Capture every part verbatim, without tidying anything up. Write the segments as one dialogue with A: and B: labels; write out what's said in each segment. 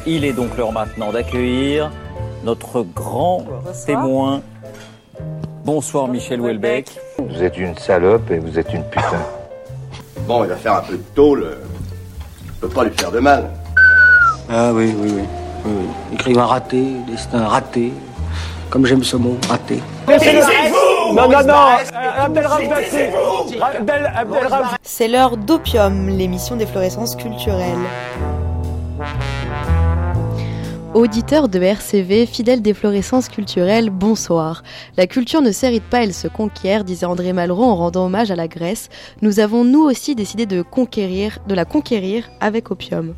A: Il est donc l'heure maintenant d'accueillir notre grand Bonsoir. témoin. Bonsoir Michel Houellebecq.
B: Vous êtes une salope et vous êtes une putain.
C: Bon, il va faire un peu de tôle. Je peux pas lui faire de mal.
D: Ah oui, oui, oui. oui, oui. Écrivain raté, destin raté. Comme j'aime ce mot, raté.
E: Non, non, non, Abdelrahman Abdelrahman.
F: C'est l'heure d'Opium, l'émission d'efflorescence culturelle. Auditeurs de R C V, fidèles d'efflorescence culturelle, bonsoir. La culture ne s'hérite pas, elle se conquiert, disait André Malraux en rendant hommage à la Grèce. Nous avons nous aussi décidé de conquérir, de la conquérir avec Opium.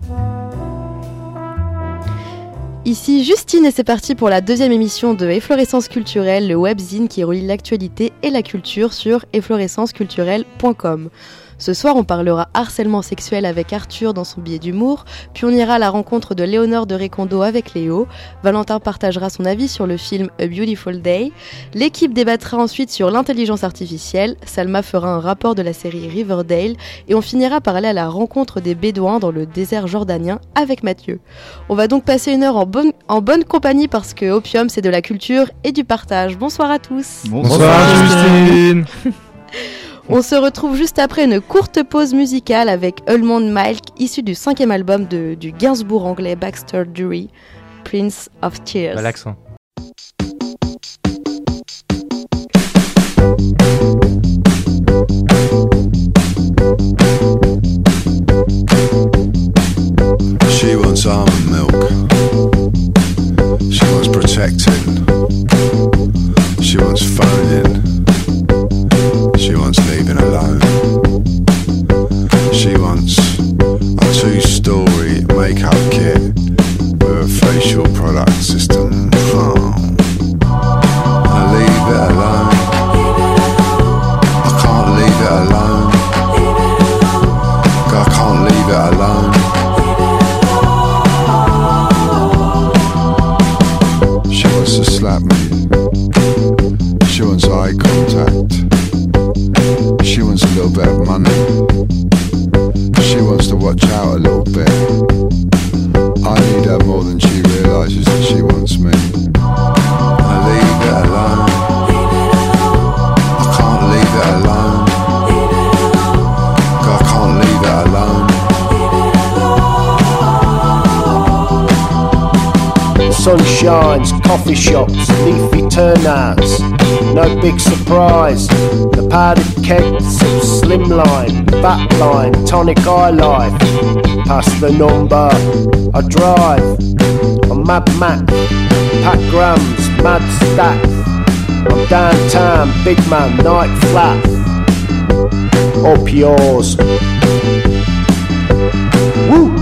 F: Ici Justine et c'est parti pour la deuxième émission de Efflorescence culturelle, le webzine qui relie l'actualité et la culture sur efflorescence culturelle point com. Ce soir, on parlera harcèlement sexuel avec Arthur dans son billet d'humour, puis on ira à la rencontre de Léonore de Récondo avec Léo. Valentin partagera son avis sur le film A Beautiful Day. L'équipe débattra ensuite sur l'intelligence artificielle. Salma fera un rapport de la série Riverdale. Et on finira par aller à la rencontre des Bédouins dans le désert jordanien avec Mathieu. On va donc passer une heure en bonne, en bonne compagnie parce que Opium, c'est de la culture et du partage. Bonsoir à tous.
G: Bonsoir, Bonsoir Justine.
F: On se retrouve juste après une courte pause musicale avec Almond Milk, issu du cinquième album de, du Gainsbourg anglais Baxter Dury, Prince of Tears.
G: Bah, l'accent.
H: She wants almond milk. She wants protecting. She wants phoning. She wants leaving alone. She wants a two-story make-up kit with a facial product system. Oh. I leave it alone. I can't leave it alone. I can't leave it alone. She wants to slap me. She wants eye contact. She wants a little bit of money. She wants to watch out a little bit. I need her more than she realises that she wants me. I leave it alone. I can't leave it alone. I can't leave it
E: alone. The sun shines, coffee shops, leafy turnouts. No big surprise, the powdered kegs of slimline, backline, tonic eye life. Past the number, I drive. I'm Mad Mac, pack grams, mad stack. I'm downtown, big man, night flat. Up yours. Woo!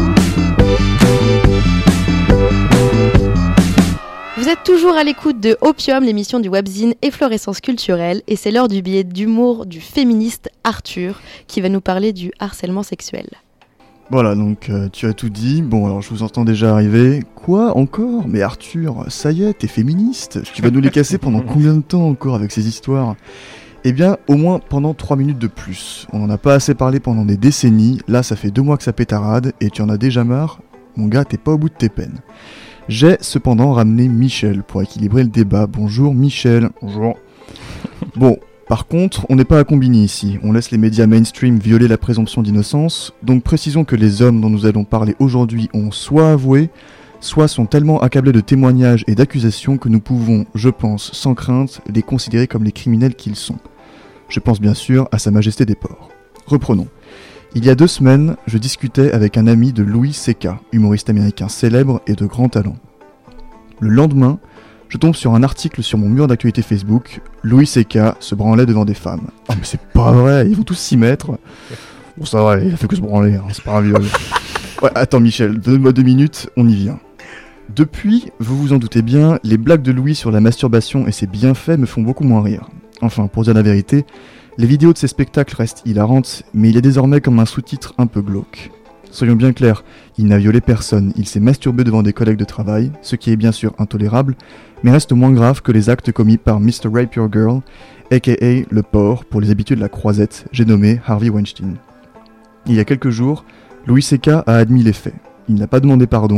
F: Vous êtes toujours à l'écoute de Opium, l'émission du webzine Efflorescence culturelle, et c'est l'heure du billet d'humour du féministe Arthur qui va nous parler du harcèlement sexuel.
G: Voilà, donc euh, tu as tout dit. Bon, alors je vous entends déjà arriver. Quoi encore ? Mais Arthur, ça y est, t'es féministe ? Tu vas nous les casser pendant combien de temps encore avec ces histoires ? Eh bien, au moins pendant trois minutes de plus. On n'en a pas assez parlé pendant des décennies. Là, ça fait deux mois que ça pétarade et tu en as déjà marre. Mon gars, t'es pas au bout de tes peines. J'ai cependant ramené Michel pour équilibrer le débat. Bonjour Michel. Bonjour. Bon, par contre, on n'est pas à combiner ici. On laisse les médias mainstream violer la présomption d'innocence. Donc précisons que les hommes dont nous allons parler aujourd'hui ont soit avoué, soit sont tellement accablés de témoignages et d'accusations que nous pouvons, je pense, sans crainte, les considérer comme les criminels qu'ils sont. Je pense bien sûr à Sa Majesté des Ports. Reprenons. Il y a deux semaines, je discutais avec un ami de Louis C K, humoriste américain célèbre et de grand talent. Le lendemain, je tombe sur un article sur mon mur d'actualité Facebook. Louis C K se branlait devant des femmes. Ah mais c'est pas vrai, ils vont tous s'y mettre. Bon ça va, il a fait que se branler, hein, c'est pas un viol. Ouais, attends Michel, donne-moi deux minutes, on y vient. Depuis, vous vous en doutez bien, les blagues de Louis sur la masturbation et ses bienfaits me font beaucoup moins rire. Enfin, pour dire la vérité, les vidéos de ces spectacles restent hilarantes, mais il est désormais comme un sous-titre un peu glauque. Soyons bien clairs, il n'a violé personne, il s'est masturbé devant des collègues de travail, ce qui est bien sûr intolérable, mais reste moins grave que les actes commis par mister Rape Your Girl, aka le porc, pour les habitués de la croisette, j'ai nommé Harvey Weinstein. Il y a quelques jours, Louis C K a admis les faits. Il n'a pas demandé pardon,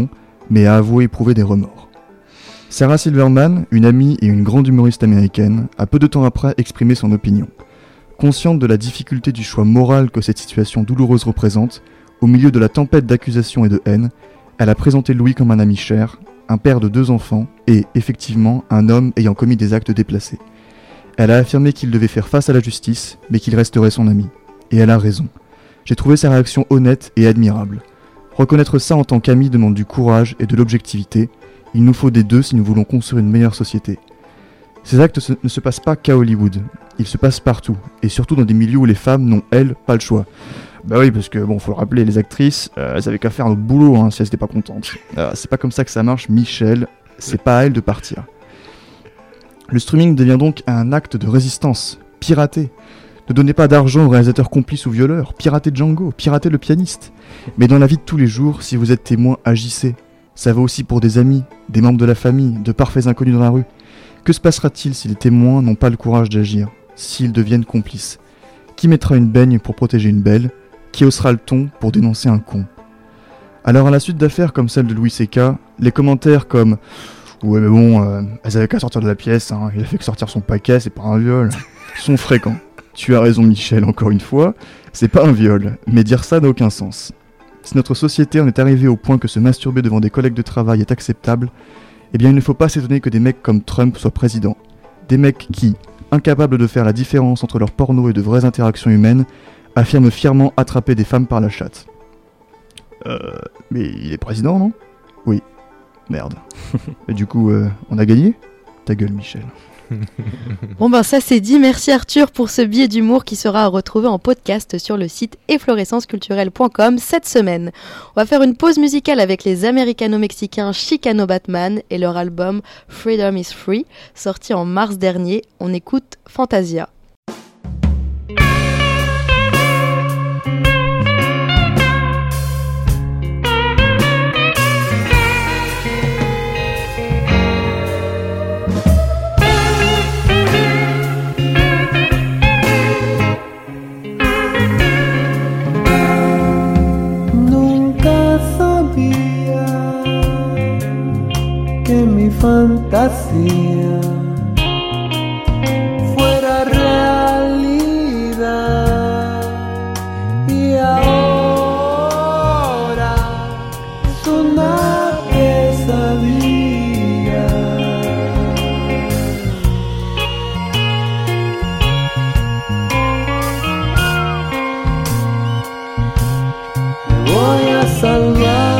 G: mais a avoué éprouver des remords. Sarah Silverman, une amie et une grande humoriste américaine, a peu de temps après exprimé son opinion. Consciente de la difficulté du choix moral que cette situation douloureuse représente, au milieu de la tempête d'accusations et de haine, elle a présenté Louis comme un ami cher, un père de deux enfants et, effectivement, un homme ayant commis des actes déplacés. Elle a affirmé qu'il devait faire face à la justice, mais qu'il resterait son ami. Et elle a raison. J'ai trouvé sa réaction honnête et admirable. Reconnaître ça en tant qu'ami demande du courage et de l'objectivité. Il nous faut des deux si nous voulons construire une meilleure société. Ces actes se, ne se passent pas qu'à Hollywood. Ils se passent partout, et surtout dans des milieux où les femmes n'ont, elles, pas le choix. Bah oui, parce que, bon, faut le rappeler, les actrices, euh, elles avaient qu'à faire notre boulot, hein, si elles étaient pas contentes. Euh, c'est pas comme ça que ça marche, Michel, c'est pas à elle de partir. Le streaming devient donc un acte de résistance, pirater. Ne donnez pas d'argent aux réalisateurs complices ou violeurs, piratez Django, piratez le pianiste. Mais dans la vie de tous les jours, si vous êtes témoin, agissez. Ça vaut aussi pour des amis, des membres de la famille, de parfaits inconnus dans la rue. Que se passera-t-il si les témoins n'ont pas le courage d'agir, s'ils deviennent complices? Qui mettra une baigne pour protéger une belle? Qui haussera le ton pour dénoncer un con? Alors à la suite d'affaires comme celle de Louis C K, les commentaires comme « Ouais mais bon, euh, elles avaient qu'à sortir de la pièce, hein, il a fait que sortir son paquet, c'est pas un viol » sont fréquents. Tu as raison Michel, encore une fois, c'est pas un viol, mais dire ça n'a aucun sens. Si notre société en est arrivée au point que se masturber devant des collègues de travail est acceptable, eh bien il ne faut pas s'étonner que des mecs comme Trump soient présidents. Des mecs qui, incapables de faire la différence entre leur porno et de vraies interactions humaines, affirment fièrement attraper des femmes par la chatte. Euh... Mais il est président, non? Oui. Merde. Et du coup, euh, on a gagné? Ta gueule Michel.
F: Bon ben ça c'est dit, merci Arthur pour ce billet d'humour qui sera à retrouver en podcast sur le site efflorescence culturelle point com cette semaine. On va faire une pause musicale avec les américano-mexicains Chicano Batman et leur album Freedom is Free, sorti en mars dernier. On écoute Fantasia.
I: Fantasía fuera realidad y ahora es una pesadilla. Me voy a salvar.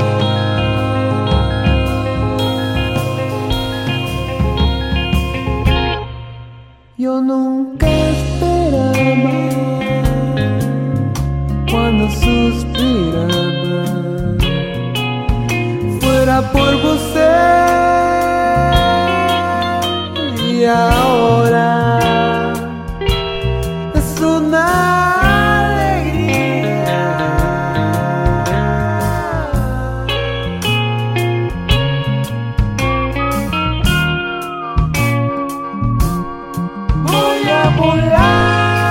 I: Yo nunca esperaba cuando suspiraba fuera por você y ahora es una alegría. Voy a volar.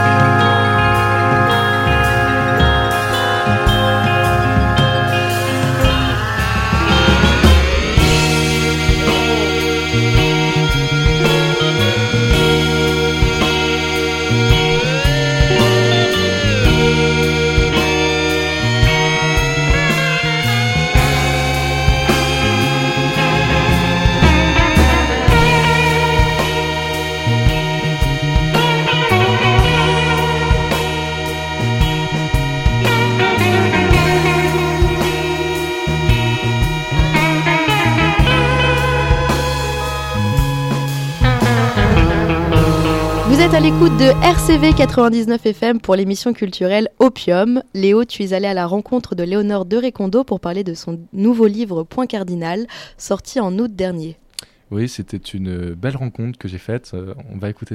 F: Vous êtes à l'écoute de R C V quatre-vingt-dix-neuf F M pour l'émission culturelle Opium. Léo, tu es allé à la rencontre de Léonore de Recondo pour parler de son nouveau livre Point Cardinal, sorti en août dernier.
J: Oui, c'était une belle rencontre que j'ai faite. On va écouter ça.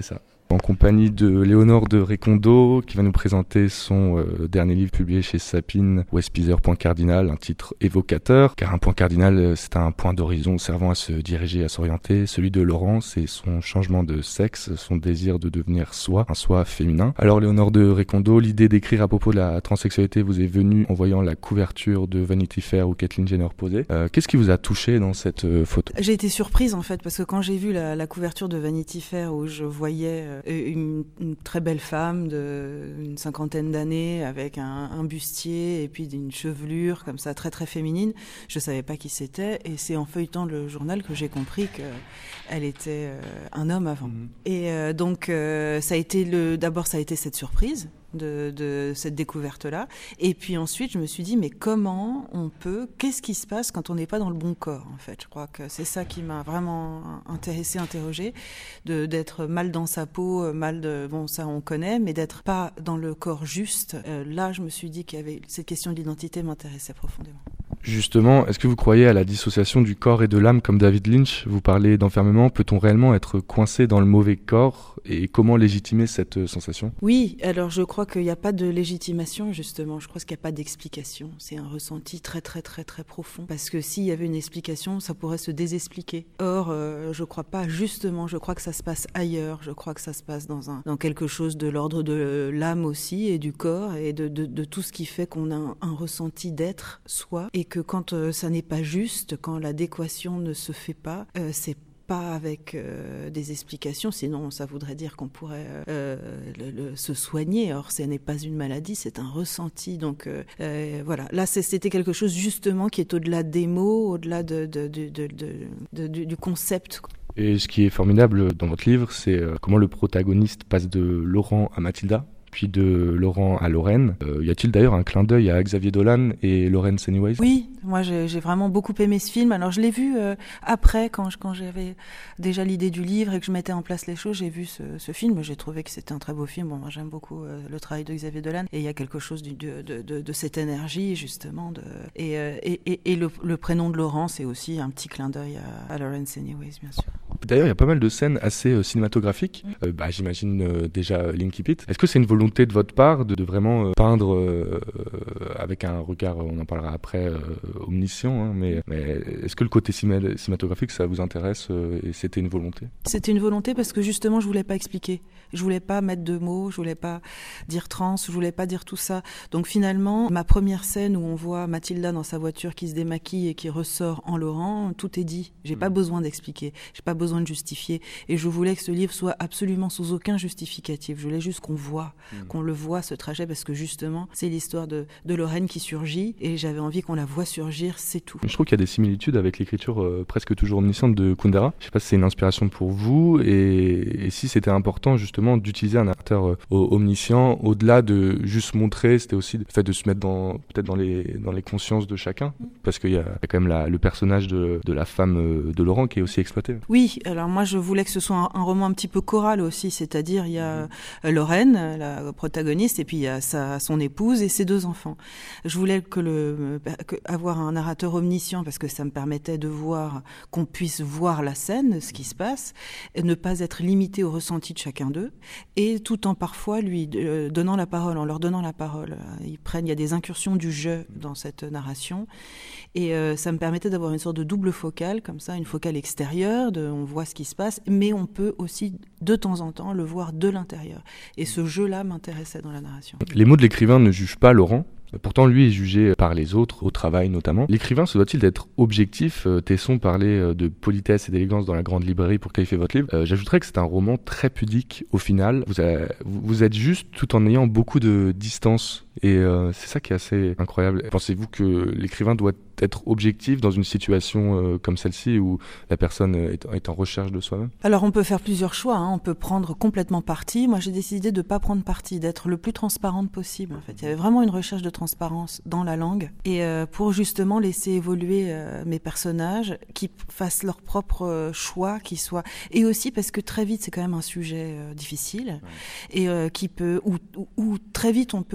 J: En compagnie de Léonore de Recondo, qui va nous présenter son euh, dernier livre publié chez Sapin, Westpizer Point Cardinal, un titre évocateur, car un point cardinal, c'est un point d'horizon servant à se diriger, à s'orienter. Celui de Laurent, c'est son changement de sexe, son désir de devenir soi, un soi féminin. Alors Léonore de Recondo, l'idée d'écrire à propos de la transsexualité vous est venue en voyant la couverture de Vanity Fair où Caitlyn Jenner posait. Euh, qu'est-ce qui vous a touché dans cette euh, photo ?
K: J'ai été surprise en fait, parce que quand j'ai vu la, la couverture de Vanity Fair où je voyais euh, Une, une très belle femme d'une cinquantaine d'années avec un, un bustier et puis une chevelure comme ça très très féminine. Je savais pas qui c'était et c'est en feuilletant le journal que j'ai compris qu'elle était euh, un homme avant. Mmh. Et euh, donc euh, ça a été le, d'abord ça a été cette surprise. De, de cette découverte-là. Et puis ensuite, je me suis dit, mais comment on peut... Qu'est-ce qui se passe quand on n'est pas dans le bon corps, en fait ? Je crois que c'est ça qui m'a vraiment intéressée, interrogée, de, d'être mal dans sa peau, mal de... Bon, ça, on connaît, mais d'être pas dans le corps juste. Euh, là, je me suis dit qu'il y avait... Cette question de l'identité m'intéressait profondément.
J: Justement, est-ce que vous croyez à la dissociation du corps et de l'âme comme David Lynch ? Vous parlez d'enfermement, peut-on réellement être coincé dans le mauvais corps ? Et comment légitimer cette sensation ?
K: Oui, alors je crois qu'il n'y a pas de légitimation justement, je crois qu'il n'y a pas d'explication. C'est un ressenti très très très très profond. Parce que s'il y avait une explication, ça pourrait se désexpliquer. Or, euh, je ne crois pas justement, je crois que ça se passe ailleurs, je crois que ça se passe dans, un, dans quelque chose de l'ordre de l'âme aussi et du corps et de, de, de tout ce qui fait qu'on a un, un ressenti d'être soi et que quand euh, ça n'est pas juste, quand l'adéquation ne se fait pas, euh, c'est pas avec euh, des explications, sinon ça voudrait dire qu'on pourrait euh, le, le, se soigner. Or, ce n'est pas une maladie, c'est un ressenti. Donc euh, euh, voilà, là c'était quelque chose justement qui est au-delà des mots, au-delà de, de, de, de, de, de, de, du concept.
J: Et ce qui est formidable dans votre livre, c'est euh, comment le protagoniste passe de Laurent à Mathilda, puis de Laurent à Lorraine. Euh, y a-t-il d'ailleurs un clin d'œil à Xavier Dolan et Lawrence Anyways ?
K: Oui, moi j'ai, j'ai vraiment beaucoup aimé ce film. Alors je l'ai vu euh, après, quand, je, quand j'avais déjà l'idée du livre et que je mettais en place les choses, j'ai vu ce, ce film. J'ai trouvé que c'était un très beau film. Bon, moi j'aime beaucoup euh, le travail de Xavier Dolan et il y a quelque chose du, de, de, de, de cette énergie justement. De, et, euh, et, et, et le, le prénom de Laurent, c'est aussi un petit clin d'œil à, à Lawrence Anyways, bien sûr.
J: D'ailleurs, il y a pas mal de scènes assez euh, cinématographiques. Mmh. Euh, bah, j'imagine euh, déjà Linky Pit. Est-ce que c'est une volonté de votre part de, de vraiment euh, peindre euh, avec un regard, on en parlera après, euh, omniscient, hein, mais, mais est-ce que le côté ciné- cinématographique, ça vous intéresse euh, et c'était une volonté ?
K: C'était une volonté parce que justement, je voulais pas expliquer. Je voulais pas mettre de mots, je voulais pas dire trans, je voulais pas dire tout ça. Donc finalement, ma première scène où on voit Mathilda dans sa voiture qui se démaquille et qui ressort en Laurent, tout est dit. J'ai mmh. pas besoin d'expliquer, j'ai pas besoin de justifier. Et je voulais que ce livre soit absolument sous aucun justificatif. Je voulais juste qu'on voit, mmh. qu'on le voit ce trajet parce que justement, c'est l'histoire de, de Lorraine qui surgit et j'avais envie qu'on la voit surgir, c'est tout.
J: Je trouve qu'il y a des similitudes avec l'écriture euh, presque toujours omnisciente de Kundera. Je sais pas si c'est une inspiration pour vous et, et si c'était important justement d'utiliser un narrateur euh, omniscient au-delà de juste montrer, c'était aussi le fait de se mettre dans, peut-être dans les, dans les consciences de chacun parce qu'il y a, il y a quand même la, le personnage de, de la femme euh, de Laurent qui est aussi exploité.
K: Oui, alors moi je voulais que ce soit un, un roman un petit peu choral aussi, c'est-à-dire il y a euh, Lorraine, la protagoniste, et puis il y a sa, son épouse et ses deux enfants. Je voulais que le, que, avoir un narrateur omniscient parce que ça me permettait de voir, qu'on puisse voir la scène, ce qui se passe, et ne pas être limité au ressenti de chacun d'eux, et tout en parfois lui euh, donnant la parole, en leur donnant la parole. Ils prennent, il y a des incursions du jeu dans cette narration, et euh, ça me permettait d'avoir une sorte de double focale, comme ça, une focale extérieure, de, on voit ce qui se passe, mais on peut aussi de temps en temps le voir de l'intérieur. Et ce jeu-là m'intéressait dans la narration.
J: Les mots de l'écrivain ne jugent pas Laurent. Pourtant, lui est jugé par les autres, au travail notamment. L'écrivain se doit-il d'être objectif ? Tesson parlait de politesse et d'élégance dans la grande librairie pour qualifier votre livre. Euh, j'ajouterais que c'est un roman très pudique au final. Vous, avez, vous êtes juste tout en ayant beaucoup de distance. Et euh, c'est ça qui est assez incroyable. Pensez-vous que l'écrivain doit être objectif dans une situation euh, comme celle-ci où la personne est, est en recherche de soi-même ?
K: Alors on peut faire plusieurs choix, hein. On peut prendre complètement parti. Moi j'ai décidé de ne pas prendre parti, d'être le plus transparente possible. En fait, il y avait vraiment une recherche de transparence dans la langue et euh, pour justement laisser évoluer euh, mes personnages, qui fassent leur propre euh, choix, qui soient, et aussi parce que très vite c'est quand même un sujet euh, difficile ouais. et euh, qui peut où, où, où très vite on peut devenir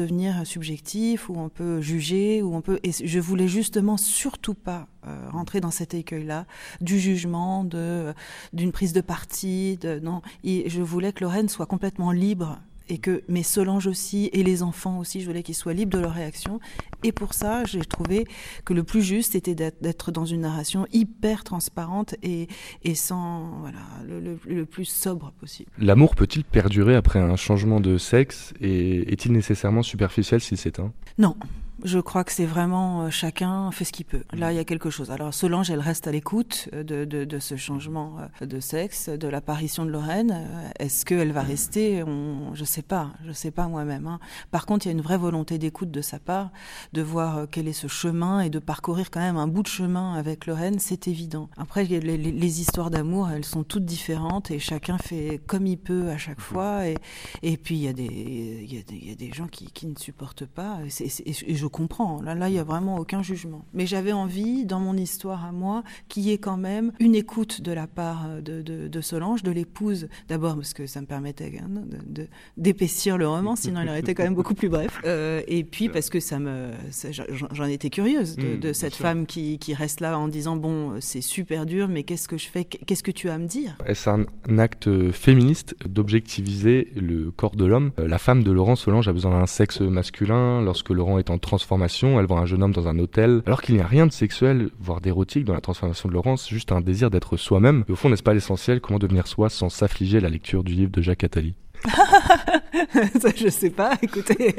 K: devenir subjectif, où on peut juger, où on peut. Et je voulais justement surtout pas euh, rentrer dans cet écueil-là du jugement, de d'une prise de parti. De, non, et je voulais que Lorraine soit complètement libre. Et que mes Solange aussi, et les enfants aussi, je voulais qu'ils soient libres de leur réaction. Et pour ça, j'ai trouvé que le plus juste était d'être, d'être dans une narration hyper transparente et, et sans, voilà, le, le, le plus sobre possible.
J: L'amour peut-il perdurer après un changement de sexe et est-il nécessairement superficiel s'il s'éteint ?
K: Non. Je crois que c'est vraiment euh, chacun fait ce qu'il peut. Là, il y a quelque chose. Alors Solange, elle reste à l'écoute de, de, de ce changement de sexe, de l'apparition de Lorraine. Est-ce qu'elle va rester ? On, je sais pas. Je sais pas moi-même. Hein. Par contre, il y a une vraie volonté d'écoute de sa part, de voir quel est ce chemin et de parcourir quand même un bout de chemin avec Lorraine. C'est évident. Après, les, les, les histoires d'amour, elles sont toutes différentes et chacun fait comme il peut à chaque fois. Et, et puis il y a des, il y a des, il y a des gens qui, qui ne supportent pas. Et, c'est, c'est, et je comprends. Là, là, il y a vraiment aucun jugement. Mais j'avais envie, dans mon histoire à moi, qu'il y ait quand même une écoute de la part de, de, de Solange, de l'épouse. D'abord parce que ça me permettait hein, de, de, d'épaissir le roman, sinon il aurait été quand même beaucoup plus bref. Euh, et puis parce que ça me, ça, j'en étais curieuse de, de cette femme qui, qui reste là en disant bon, c'est super dur, mais qu'est-ce que je fais ? Qu'est-ce que tu as à me dire ?
J: Est-ce un, un acte féministe d'objectiviser le corps de l'homme ? La femme de Laurent Solange a besoin d'un sexe masculin. Lorsque Laurent est en transformation, elle voit un jeune homme dans un hôtel, alors qu'il n'y a rien de sexuel, voire d'érotique dans la transformation de Laurent, c'est juste un désir d'être soi-même. Et au fond, n'est-ce pas l'essentiel ? Comment devenir soi sans s'affliger à la lecture du livre de Jacques Attali ?
K: Ça, je sais pas, écoutez.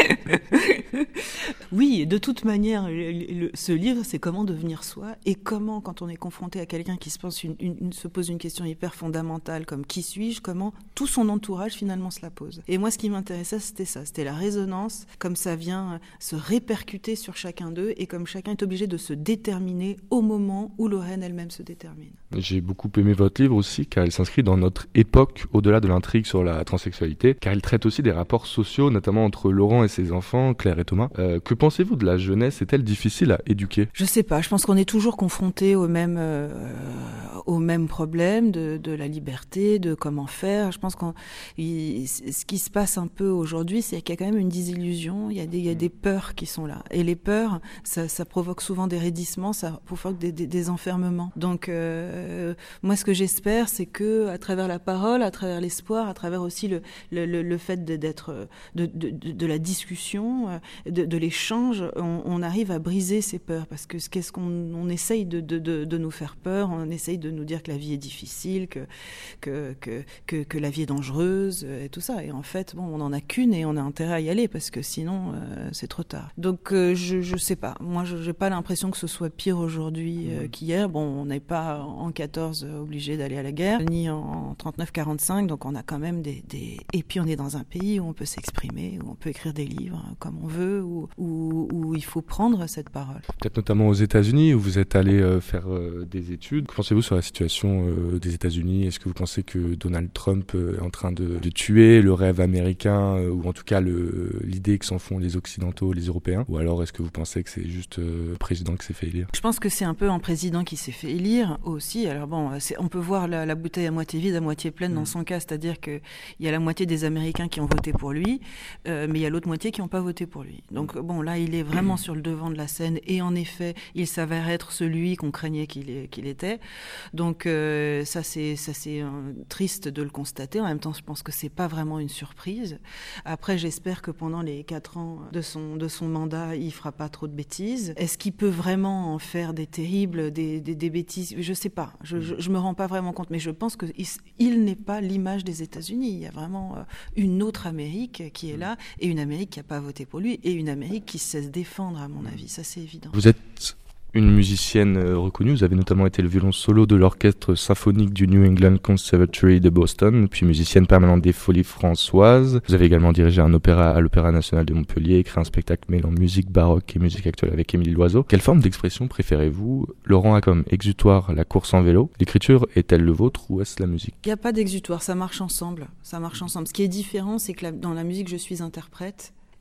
K: Oui, de toute manière, le, le, ce livre, c'est comment devenir soi et comment, quand on est confronté à quelqu'un qui se, pense une, une, une, se pose une question hyper fondamentale comme qui suis-je, comment tout son entourage finalement se la pose. Et moi, ce qui m'intéressait, c'était ça, c'était la résonance, comme ça vient se répercuter sur chacun d'eux et comme chacun est obligé de se déterminer au moment où Lorraine elle-même se détermine.
J: J'ai beaucoup aimé votre livre aussi, car il s'inscrit dans notre époque, au-delà de l'intrigue sur la transsexualité, car il traite aussi des rapports sociaux, notamment entre Laurent et ses enfants, Claire et Thomas. Euh, que pensez-vous de la jeunesse ? Est-elle difficile à éduquer ?
K: Je sais pas, je pense qu'on est toujours confronté au même, euh, au même problème de, de la liberté, de comment faire. Je pense qu'on, il, ce qui se passe un peu aujourd'hui, c'est qu'il y a quand même une désillusion, il y a des, il y a des peurs qui sont là. Et les peurs, ça, ça provoque souvent des raidissements, ça provoque des, des, des enfermements. Donc, euh, moi, ce que j'espère, c'est que à travers la parole, à travers l'espoir, à travers aussi le, le, le, le fait de, d'être, de, de, de, de la discussion, de, de l'échange, on, on arrive à briser ces peurs. Parce que qu'est-ce qu'on on essaye de, de, de, de nous faire peur, on essaye de nous dire que la vie est difficile, que, que, que, que, que la vie est dangereuse, et tout ça. Et en fait, bon, on n'en a qu'une et on a intérêt à y aller parce que sinon, euh, c'est trop tard. Donc, euh, je, je sais pas. Moi, je n'ai pas l'impression que ce soit pire aujourd'hui euh, qu'hier. Bon, on n'est pas en quatorze obligé d'aller à la guerre, ni en trente-neuf quarante-cinq, donc on a quand même des, des... Et puis on est dans un pays où on peut s'exprimer, où on peut écrire des livres comme on veut, où, où, où il faut prendre cette parole.
J: Peut-être notamment aux États-Unis, où vous êtes allé euh, faire euh, des études. Que pensez-vous sur la situation euh, des États-Unis ? Est-ce que vous pensez que Donald Trump euh, est en train de, de tuer le rêve américain, euh, ou en tout cas le, l'idée que s'en font les Occidentaux, les Européens ? Ou alors est-ce que vous pensez que c'est juste euh, le président qui s'est fait élire ?
K: Je pense que c'est un peu un président qui s'est fait élire aussi. Alors bon, c'est, on peut voir la, la bouteille à moitié vide, à moitié pleine mmh. dans son cas, c'est-à-dire qu'il y a la moitié des Américains qui ont voté pour lui, euh, mais il y a l'autre moitié qui n'ont pas voté pour lui. Donc bon, là, il est vraiment sur le devant de la scène et en effet, il s'avère être celui qu'on craignait qu'il, est, qu'il était. Donc euh, ça, c'est, ça, c'est euh, triste de le constater. En même temps, je pense que c'est pas vraiment une surprise. Après, j'espère que pendant les quatre ans de son, de son mandat, il fera pas trop de bêtises. Est-ce qu'il peut vraiment en faire des terribles, des, des, des bêtises ? Je sais pas. Je, je, je me rends pas vraiment compte, mais je pense que il, il n'est pas l'image des États-Unis. Il y a vraiment une autre Amérique qui est là et une Amérique qui a pas voté pour lui et une Amérique qui sait se défendre, à mon avis. Ça, c'est évident.
J: Vous êtes une musicienne reconnue, vous avez notamment été le violon solo de l'orchestre symphonique du New England Conservatory de Boston, puis musicienne permanente des Folies Françoises. Vous avez également dirigé un opéra à l'Opéra National de Montpellier, écrit un spectacle mêlant musique baroque et musique actuelle avec Émilie Loiseau. Quelle forme d'expression préférez-vous ? Laurent a comme exutoire la course en vélo. L'écriture est-elle le vôtre ou est-ce la musique ?
K: Il n'y a pas d'exutoire, ça marche ensemble. Ça marche ensemble. Ce qui est différent, c'est que la, dans la musique, je suis interprète.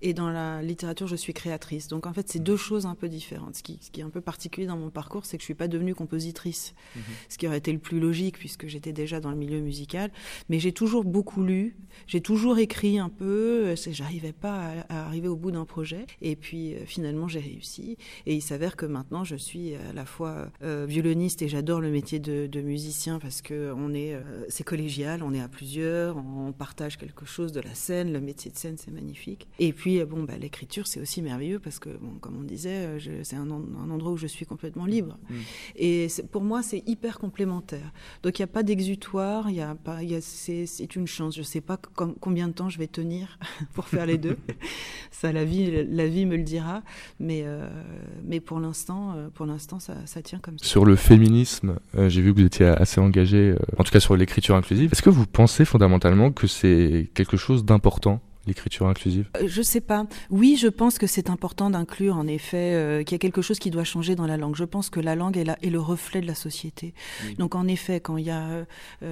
K: et dans la littérature, je suis créatrice. Donc en fait, c'est deux choses un peu différentes. Ce qui, ce qui est un peu particulier dans mon parcours, c'est que je suis pas devenue compositrice, mmh. ce qui aurait été le plus logique puisque j'étais déjà dans le milieu musical. Mais j'ai toujours beaucoup lu, j'ai toujours écrit un peu. J'arrivais pas à, à arriver au bout d'un projet, et puis euh, finalement j'ai réussi. Et il s'avère que maintenant, je suis à la fois euh, violoniste et j'adore le métier de, de musicien parce que on est, euh, c'est collégial, on est à plusieurs, on partage quelque chose de la scène, le métier de scène c'est magnifique. Et puis bon bah l'écriture c'est aussi merveilleux parce que bon, comme on disait, je, c'est un, un endroit où je suis complètement libre. Mmh. Et c'est, pour moi c'est hyper complémentaire. Donc il y a pas d'exutoire, il y a pas, il y a, c'est, c'est une chance. Je sais pas com- combien de temps je vais tenir pour faire les deux. Ça la vie, la vie me le dira. Mais euh, mais pour l'instant, euh, pour l'instant ça, ça tient comme ça.
J: Sur le féminisme, euh, j'ai vu que vous étiez assez engagé, euh, en tout cas sur l'écriture inclusive. Est-ce que vous pensez fondamentalement que c'est quelque chose d'important, l'écriture inclusive ?
K: euh, Je sais pas. Oui, je pense que c'est important d'inclure, en effet, euh, qu'il y a quelque chose qui doit changer dans la langue. Je pense que la langue est, la, est le reflet de la société. Oui. Donc, en effet, quand il y a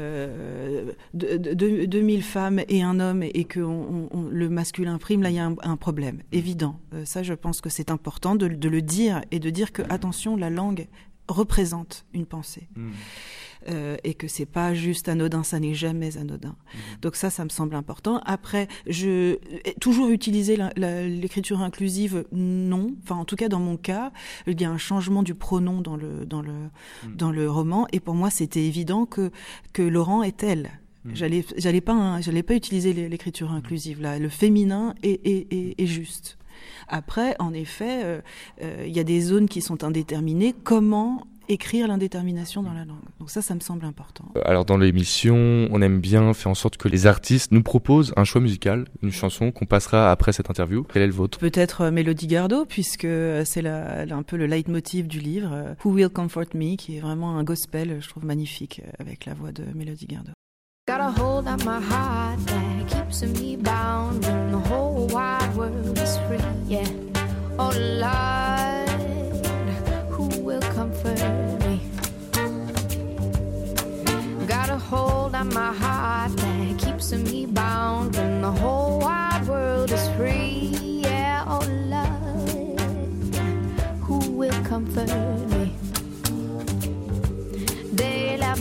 K: euh, deux mille femmes et un homme et, et que on, on, le masculin prime, là, il y a un, un problème évident. Euh, ça, je pense que c'est important de, de le dire et de dire que, attention, la langue représente une pensée. Mmh. Euh, et que c'est pas juste anodin, ça n'est jamais anodin. Mmh. Donc ça, ça me semble important. Après, je toujours utiliser la, la, l'écriture inclusive, non. Enfin, en tout cas, dans mon cas, il y a un changement du pronom dans le dans le mmh. dans le roman, et pour moi, c'était évident que que Laurent est elle. Mmh. J'allais j'allais pas hein, j'allais pas utiliser l'écriture inclusive là. Le féminin est est est, est juste. Après, en effet, il euh, euh, y a des zones qui sont indéterminées. Comment écrire l'indétermination dans la langue. Donc ça, ça me semble important.
J: Alors dans l'émission, on aime bien faire en sorte que les artistes nous proposent un choix musical, une chanson qu'on passera après cette interview. Quel est le vôtre ?
K: Peut-être euh, Mélodie Gardot, puisque c'est la, la, un peu le leitmotiv du livre, euh, Who Will Comfort Me, qui est vraiment un gospel, je trouve magnifique, euh, avec la voix de Mélodie Gardot. Got a hold on my heart that keeps me bound when the whole wide world is free, yeah. Oh Lord, who will comfort me? Got a hold on my heart that keeps me bound when the whole wide world is free, yeah. Oh Lord, who will comfort me? De la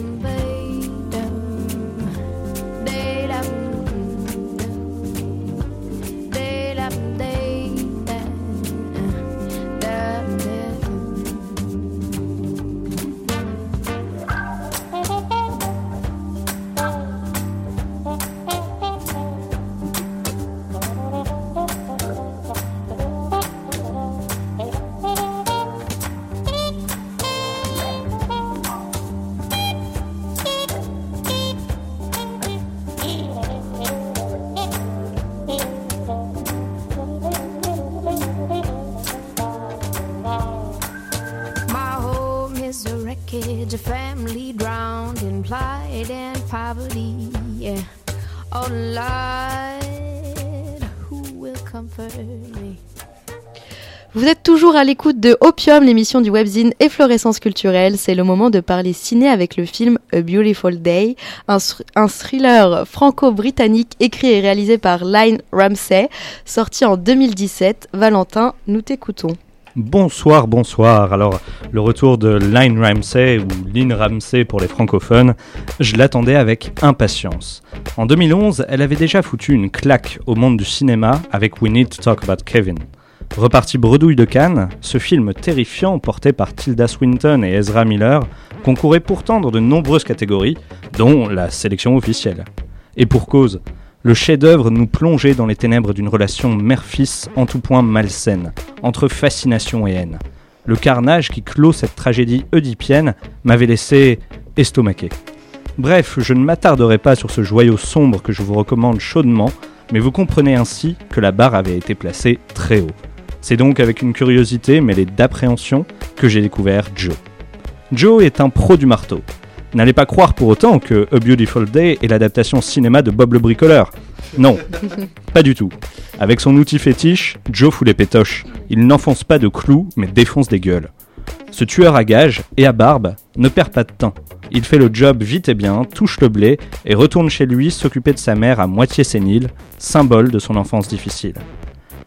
L: A family drowned in plight and poverty, yeah. Oh Lord, who will comfort me?
F: Vous êtes toujours à l'écoute de Opium, l'émission du webzine Efflorescence culturelle. C'est le moment de parler ciné avec le film A Beautiful Day, un, un thriller franco-britannique écrit et réalisé par Lynne Ramsay, sorti en deux mille dix-sept. Valentin, nous t'écoutons.
M: Bonsoir, bonsoir. Alors, le retour de Lynne Ramsay, ou Lynne Ramsay pour les francophones, je l'attendais avec impatience. En deux mille onze, elle avait déjà foutu une claque au monde du cinéma avec We Need to Talk About Kevin. Reparti bredouille de Cannes, ce film terrifiant porté par Tilda Swinton et Ezra Miller concourait pourtant dans de nombreuses catégories, dont la sélection officielle. Et pour cause, le chef-d'œuvre nous plongeait dans les ténèbres d'une relation mère-fils en tout point malsaine, entre fascination et haine. Le carnage qui clôt cette tragédie oedipienne m'avait laissé estomaqué. Bref, je ne m'attarderai pas sur ce joyau sombre que je vous recommande chaudement, mais vous comprenez ainsi que la barre avait été placée très haut. C'est donc avec une curiosité mêlée d'appréhension que j'ai découvert Joe. Joe est un pro du marteau. N'allez pas croire pour autant que A Beautiful Day est l'adaptation cinéma de Bob le bricoleur. Non, pas du tout. Avec son outil fétiche, Joe fout les pétoches. Il n'enfonce pas de clous, mais défonce des gueules. Ce tueur à gages et à barbe ne perd pas de temps. Il fait le job vite et bien, touche le blé et retourne chez lui s'occuper de sa mère à moitié sénile, symbole de son enfance difficile.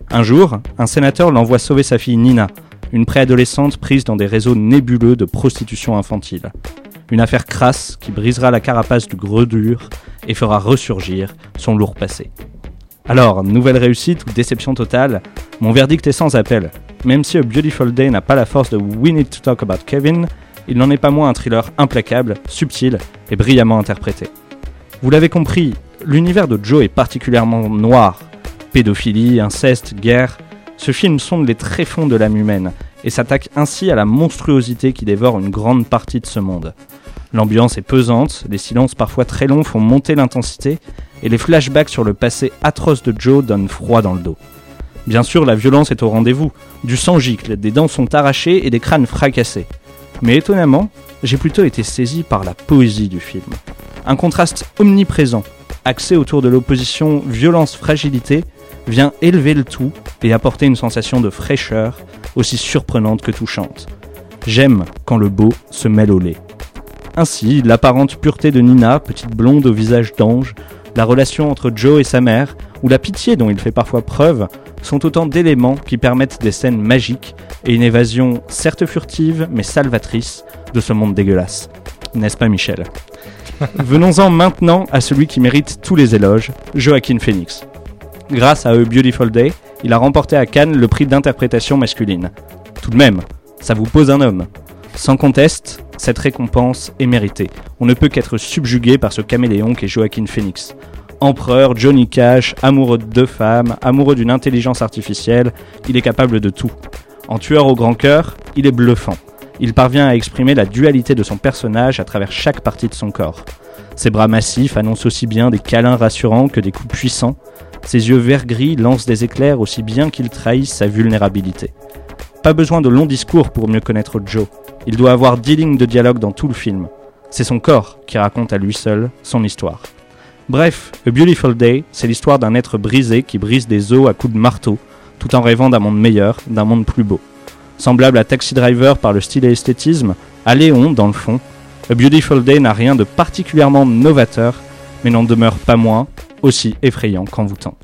M: Un jour, un sénateur l'envoie sauver sa fille Nina, une préadolescente prise dans des réseaux nébuleux de prostitution infantile. Une affaire crasse qui brisera la carapace du gros dur et fera ressurgir son lourd passé. Alors, nouvelle réussite ou déception totale, mon verdict est sans appel. Même si A Beautiful Day n'a pas la force de We Need to Talk About Kevin, il n'en est pas moins un thriller implacable, subtil et brillamment interprété. Vous l'avez compris, l'univers de Joe est particulièrement noir. Pédophilie, inceste, guerre, ce film sonde les tréfonds de l'âme humaine et s'attaque ainsi à la monstruosité qui dévore une grande partie de ce monde. L'ambiance est pesante, les silences parfois très longs font monter l'intensité et les flashbacks sur le passé atroce de Joe donnent froid dans le dos. Bien sûr, la violence est au rendez-vous, du sang gicle, des dents sont arrachées et des crânes fracassés. Mais étonnamment, j'ai plutôt été saisi par la poésie du film. Un contraste omniprésent, axé autour de l'opposition violence-fragilité, vient élever le tout et apporter une sensation de fraîcheur aussi surprenante que touchante. J'aime quand le beau se mêle au laid. Ainsi, l'apparente pureté de Nina, petite blonde au visage d'ange, la relation entre Joe et sa mère, ou la pitié dont il fait parfois preuve, sont autant d'éléments qui permettent des scènes magiques et une évasion certes furtive mais salvatrice de ce monde dégueulasse. N'est-ce pas Michel ? Venons-en maintenant à celui qui mérite tous les éloges, Joaquin Phoenix. Grâce à A Beautiful Day, il a remporté à Cannes le prix d'interprétation masculine. Tout de même, ça vous pose un homme. Sans conteste, cette récompense est méritée. On ne peut qu'être subjugué par ce caméléon qu'est Joaquin Phoenix. Empereur, Johnny Cash, amoureux de deux femmes, amoureux d'une intelligence artificielle, il est capable de tout. En tueur au grand cœur, il est bluffant. Il parvient à exprimer la dualité de son personnage à travers chaque partie de son corps. Ses bras massifs annoncent aussi bien des câlins rassurants que des coups puissants. Ses yeux vert-gris lancent des éclairs aussi bien qu'ils trahissent sa vulnérabilité. Pas besoin de longs discours pour mieux connaître Joe. Il doit avoir dix lignes de dialogue dans tout le film. C'est son corps qui raconte à lui seul son histoire. Bref, A Beautiful Day, c'est l'histoire d'un être brisé qui brise des os à coups de marteau, tout en rêvant d'un monde meilleur, d'un monde plus beau. Semblable à Taxi Driver par le style et l'esthétisme, à Léon dans le fond, A Beautiful Day n'a rien de particulièrement novateur, mais n'en demeure pas moins aussi effrayant qu'envoûtant.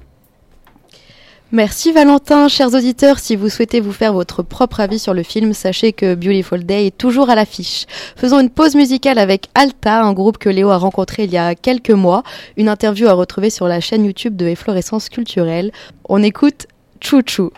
F: Merci Valentin. Chers auditeurs, si vous souhaitez vous faire votre propre avis sur le film, sachez que Beautiful Day est toujours à l'affiche. Faisons une pause musicale avec Alta, un groupe que Léo a rencontré il y a quelques mois. Une interview à retrouver sur la chaîne YouTube de Efflorescence Culturelle. On écoute Chou Chou.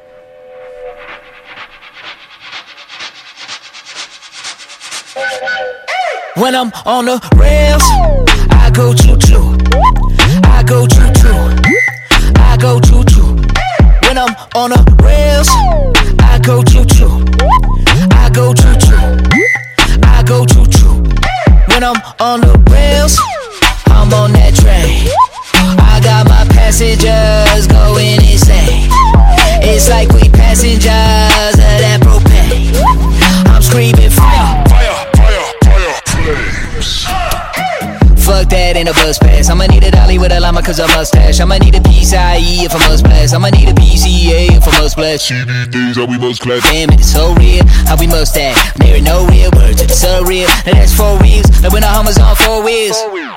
N: When I'm on the rails, I go choo choo. I go choo choo. I go choo choo. When I'm on the rails, I go choo choo. I go choo choo. I go choo choo. When I'm on the rails, I'm on that train. I got my passengers going insane. It's like we passengers of that propane. I'm screaming fire, fire, fire, fire, flames. Fuck that, ain't a bus pass. I'ma need a dolly with a llama cause a mustache. I'ma need a P C I E if I must blast. I'ma need a P C A if I must blast. See these days how we must clap. Damn it, it's so real, how we must act. There ain't no real word to the surreal. Now that's four wheels, like when the Hummer's on four wheels.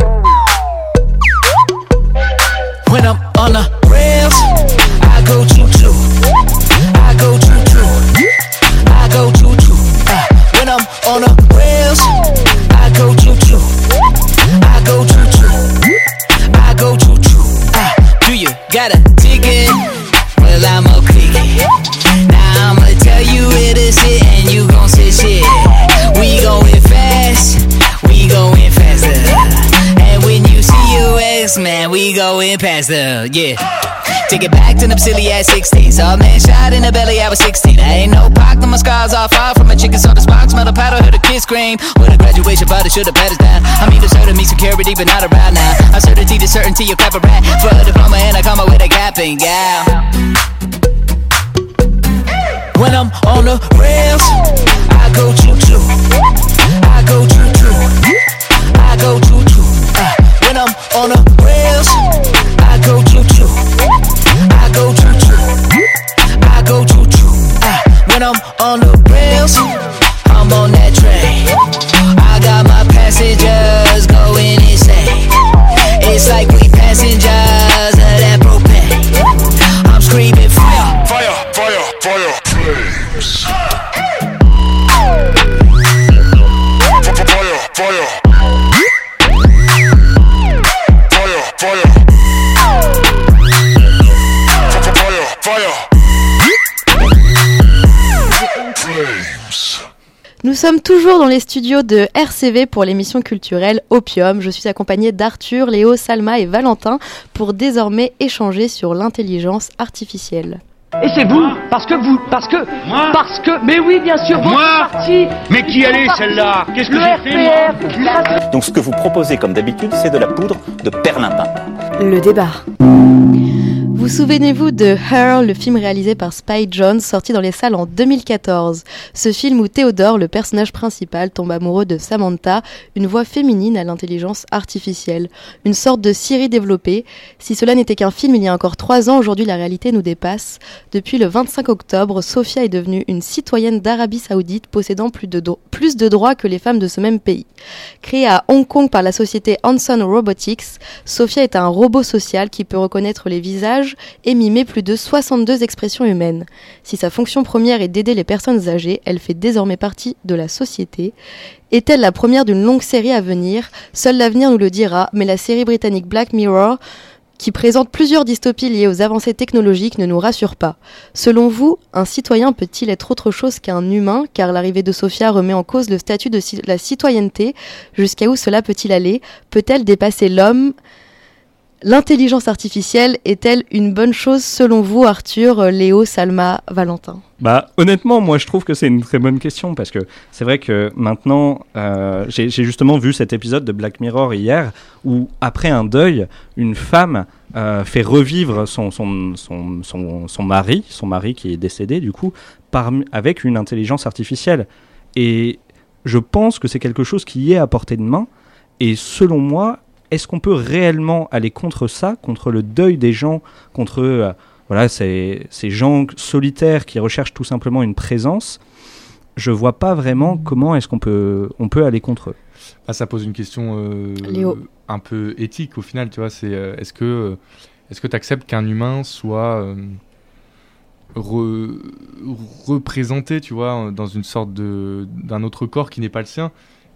N: When I'm on the rails, I go choo choo. I go choo choo. I go choo choo. Uh, when I'm on the rails, I go choo choo. I go choo choo. I go choo choo. Uh, do you got a ticket? Well, I'ma click it. Now I'ma tell you where to sit and you gon' sit shit. We going fast, we going faster. And when you see your ex, man, we going past her, yeah. Take it back to them silly ass sixties. Oh man, shot in the belly, I was sixteen. I ain't no pock, my scars all far from a chicken soda box. Smell the powder, heard a kid scream. With a graduation party, should've pat us down. I mean, deserted me security, but not around now. Uncertainty to certainty, you clap a rat. For a diploma and I come up with a cap and gown. When I'm on the rails, I go choo choo. I go choo choo. I go choo choo. Uh, when I'm on the rails, I go choo choo. I go choo choo. I go choo choo. Uh, when I'm on the rails, I'm on that train. I got my passengers going insane. It's like we passengers of that propane. I'm screaming fire.
F: Nous sommes toujours dans les studios de R C V pour l'émission culturelle Opium. Je suis accompagnée d'Arthur, Léo, Salma et Valentin pour désormais échanger sur l'intelligence artificielle.
O: Et c'est vous, parce que vous, parce que, moi parce que, mais oui, bien sûr,
P: moi
O: parti,
P: mais qui allait celle-là? Qu'est-ce que j'ai fait, moi?
A: Donc ce que vous proposez comme d'habitude, c'est de la poudre de perlimpinpin.
F: Le débat. Vous souvenez-vous de Her, le film réalisé par Spike Jonze, sorti dans les salles en deux mille quatorze. Ce film où Théodore, le personnage principal, tombe amoureux de Samantha, une voix féminine à l'intelligence artificielle. Une sorte de Siri développée. Si cela n'était qu'un film il y a encore trois ans, aujourd'hui la réalité nous dépasse. Depuis le vingt-cinq octobre, Sophia est devenue une citoyenne d'Arabie Saoudite possédant plus de, do- plus de droits que les femmes de ce même pays. Créée à Hong Kong par la société Hanson Robotics, Sophia est un robot social qui peut reconnaître les visages et mimer plus de soixante-deux expressions humaines. Si sa fonction première est d'aider les personnes âgées, elle fait désormais partie de la société. Est-elle la première d'une longue série à venir ? Seul l'avenir nous le dira, mais la série britannique Black Mirror, qui présente plusieurs dystopies liées aux avancées technologiques, ne nous rassure pas. Selon vous, un citoyen peut-il être autre chose qu'un humain, car l'arrivée de Sophia remet en cause le statut de ci- la citoyenneté. Jusqu'à où cela peut-il aller ? Peut-elle dépasser l'homme ? L'intelligence artificielle est-elle une bonne chose selon vous, Arthur, Léo, Salma, Valentin ?
M: Bah, honnêtement, moi je trouve que c'est une très bonne question parce que c'est vrai que maintenant, euh, j'ai, j'ai justement vu cet épisode de Black Mirror hier où, après un deuil, une femme euh, fait revivre son, son, son, son, son mari, son mari qui est décédé du coup, par, avec une intelligence artificielle. Et je pense que c'est quelque chose qui est à portée de main et selon moi, est-ce qu'on peut réellement aller contre ça, contre le deuil des gens, contre euh, voilà, ces, ces gens solitaires qui recherchent tout simplement une présence? Je vois pas vraiment comment est-ce qu'on peut, on peut aller contre eux.
J: Ah, ça pose une question euh, un peu éthique au final, tu vois. C'est, euh, est-ce que est-ce que tu acceptes qu'un humain soit euh, re, représenté, tu vois, dans une sorte de, d'un autre corps qui n'est pas le sien?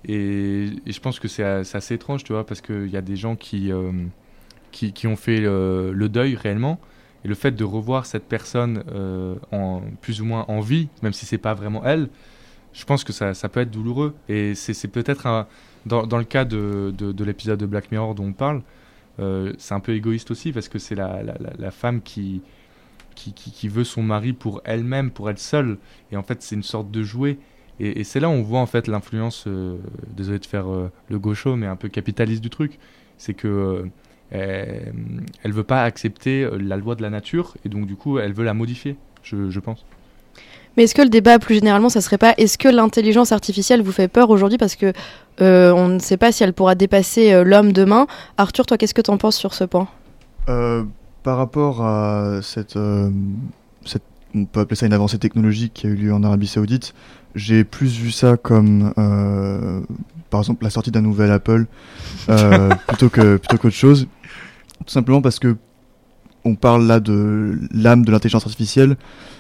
J: Et, et je pense que c'est, c'est assez étrange, tu vois, parce qu'il y a des gens qui, euh, qui, qui ont fait le, le deuil réellement. Et le fait de revoir cette personne euh, en, plus ou moins en vie, même si c'est pas vraiment elle, je pense que ça, ça peut être douloureux. Et c'est, c'est peut-être, un, dans, dans le cas de, de, de l'épisode de Black Mirror dont on parle, euh, c'est un peu égoïste aussi, parce que c'est la, la, la, la femme qui, qui, qui, qui veut son mari pour elle-même, pour elle seule. Et en fait, c'est une sorte de jouet. Et, et c'est là où on voit en fait l'influence, euh, désolé de faire euh, le gaucho, mais un peu capitaliste du truc. C'est que euh, elle, elle veut pas accepter la loi de la nature, et donc du coup, elle veut la modifier, je, je pense.
F: Mais est-ce que le débat, plus généralement, ça serait pas, est-ce que l'intelligence artificielle vous fait peur aujourd'hui parce que euh, on ne sait pas si elle pourra dépasser euh, l'homme demain. Arthur, toi, qu'est-ce que t'en penses sur ce point ?
G: euh, Par rapport à cette, euh, cette, on peut appeler ça une avancée technologique qui a eu lieu en Arabie Saoudite, j'ai plus vu ça comme, euh, par exemple, la sortie d'un nouvel Apple, euh, plutôt que plutôt qu'autre chose. Tout simplement parce que on parle là de l'âme de l'intelligence artificielle.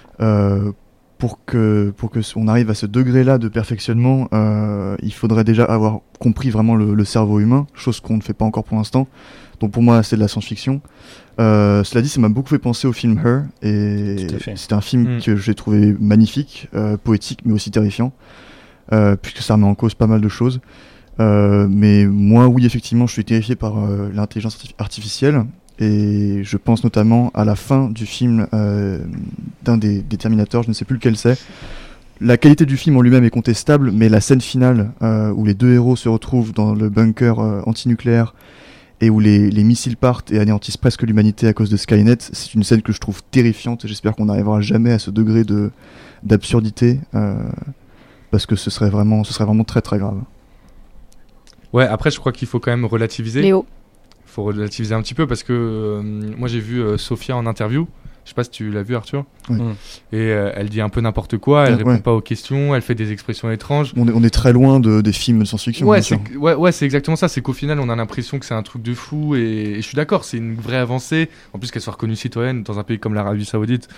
G: Euh, pour que pour que on arrive à ce degré-là de perfectionnement, euh, il faudrait déjà avoir compris vraiment le, le cerveau humain, chose qu'on ne fait pas encore pour l'instant. Donc pour moi, c'est de la science-fiction. Euh, cela dit, ça m'a beaucoup fait penser au film Her, et c'était un film mmh. que j'ai trouvé magnifique, euh, poétique, mais aussi terrifiant, euh, puisque ça remet en cause pas mal de choses. Euh, mais moi, oui, effectivement, je suis terrifié par euh, l'intelligence artificielle, et je pense notamment à la fin du film euh, d'un des, des Terminators, je ne sais plus lequel c'est. La qualité du film en lui-même est contestable, mais la scène finale euh, où les deux héros se retrouvent dans le bunker euh, antinucléaire et où les, les missiles partent et anéantissent presque l'humanité à cause de Skynet, c'est une scène que je trouve terrifiante, et j'espère qu'on n'arrivera jamais à ce degré de, d'absurdité, euh, parce que ce serait vraiment, ce serait vraiment très très grave.
J: Ouais, après je crois qu'il faut quand même relativiser.
F: Léo.
J: Il faut relativiser un petit peu parce que euh, moi j'ai vu euh, Sophia en interview. Je sais pas si tu l'as vu, Arthur.
G: Oui.
J: Et euh, elle dit un peu n'importe quoi, elle
G: ouais,
J: répond
G: ouais.
J: pas aux questions, elle fait des expressions étranges.
G: On est, on est très loin de, des films de science-fiction.
J: Ouais, c'est, ouais, ouais, c'est exactement ça. C'est qu'au final, on a l'impression que c'est un truc de fou, et, et je suis d'accord, c'est une vraie avancée. En plus, qu'elle soit reconnue citoyenne dans un pays comme l'Arabie Saoudite,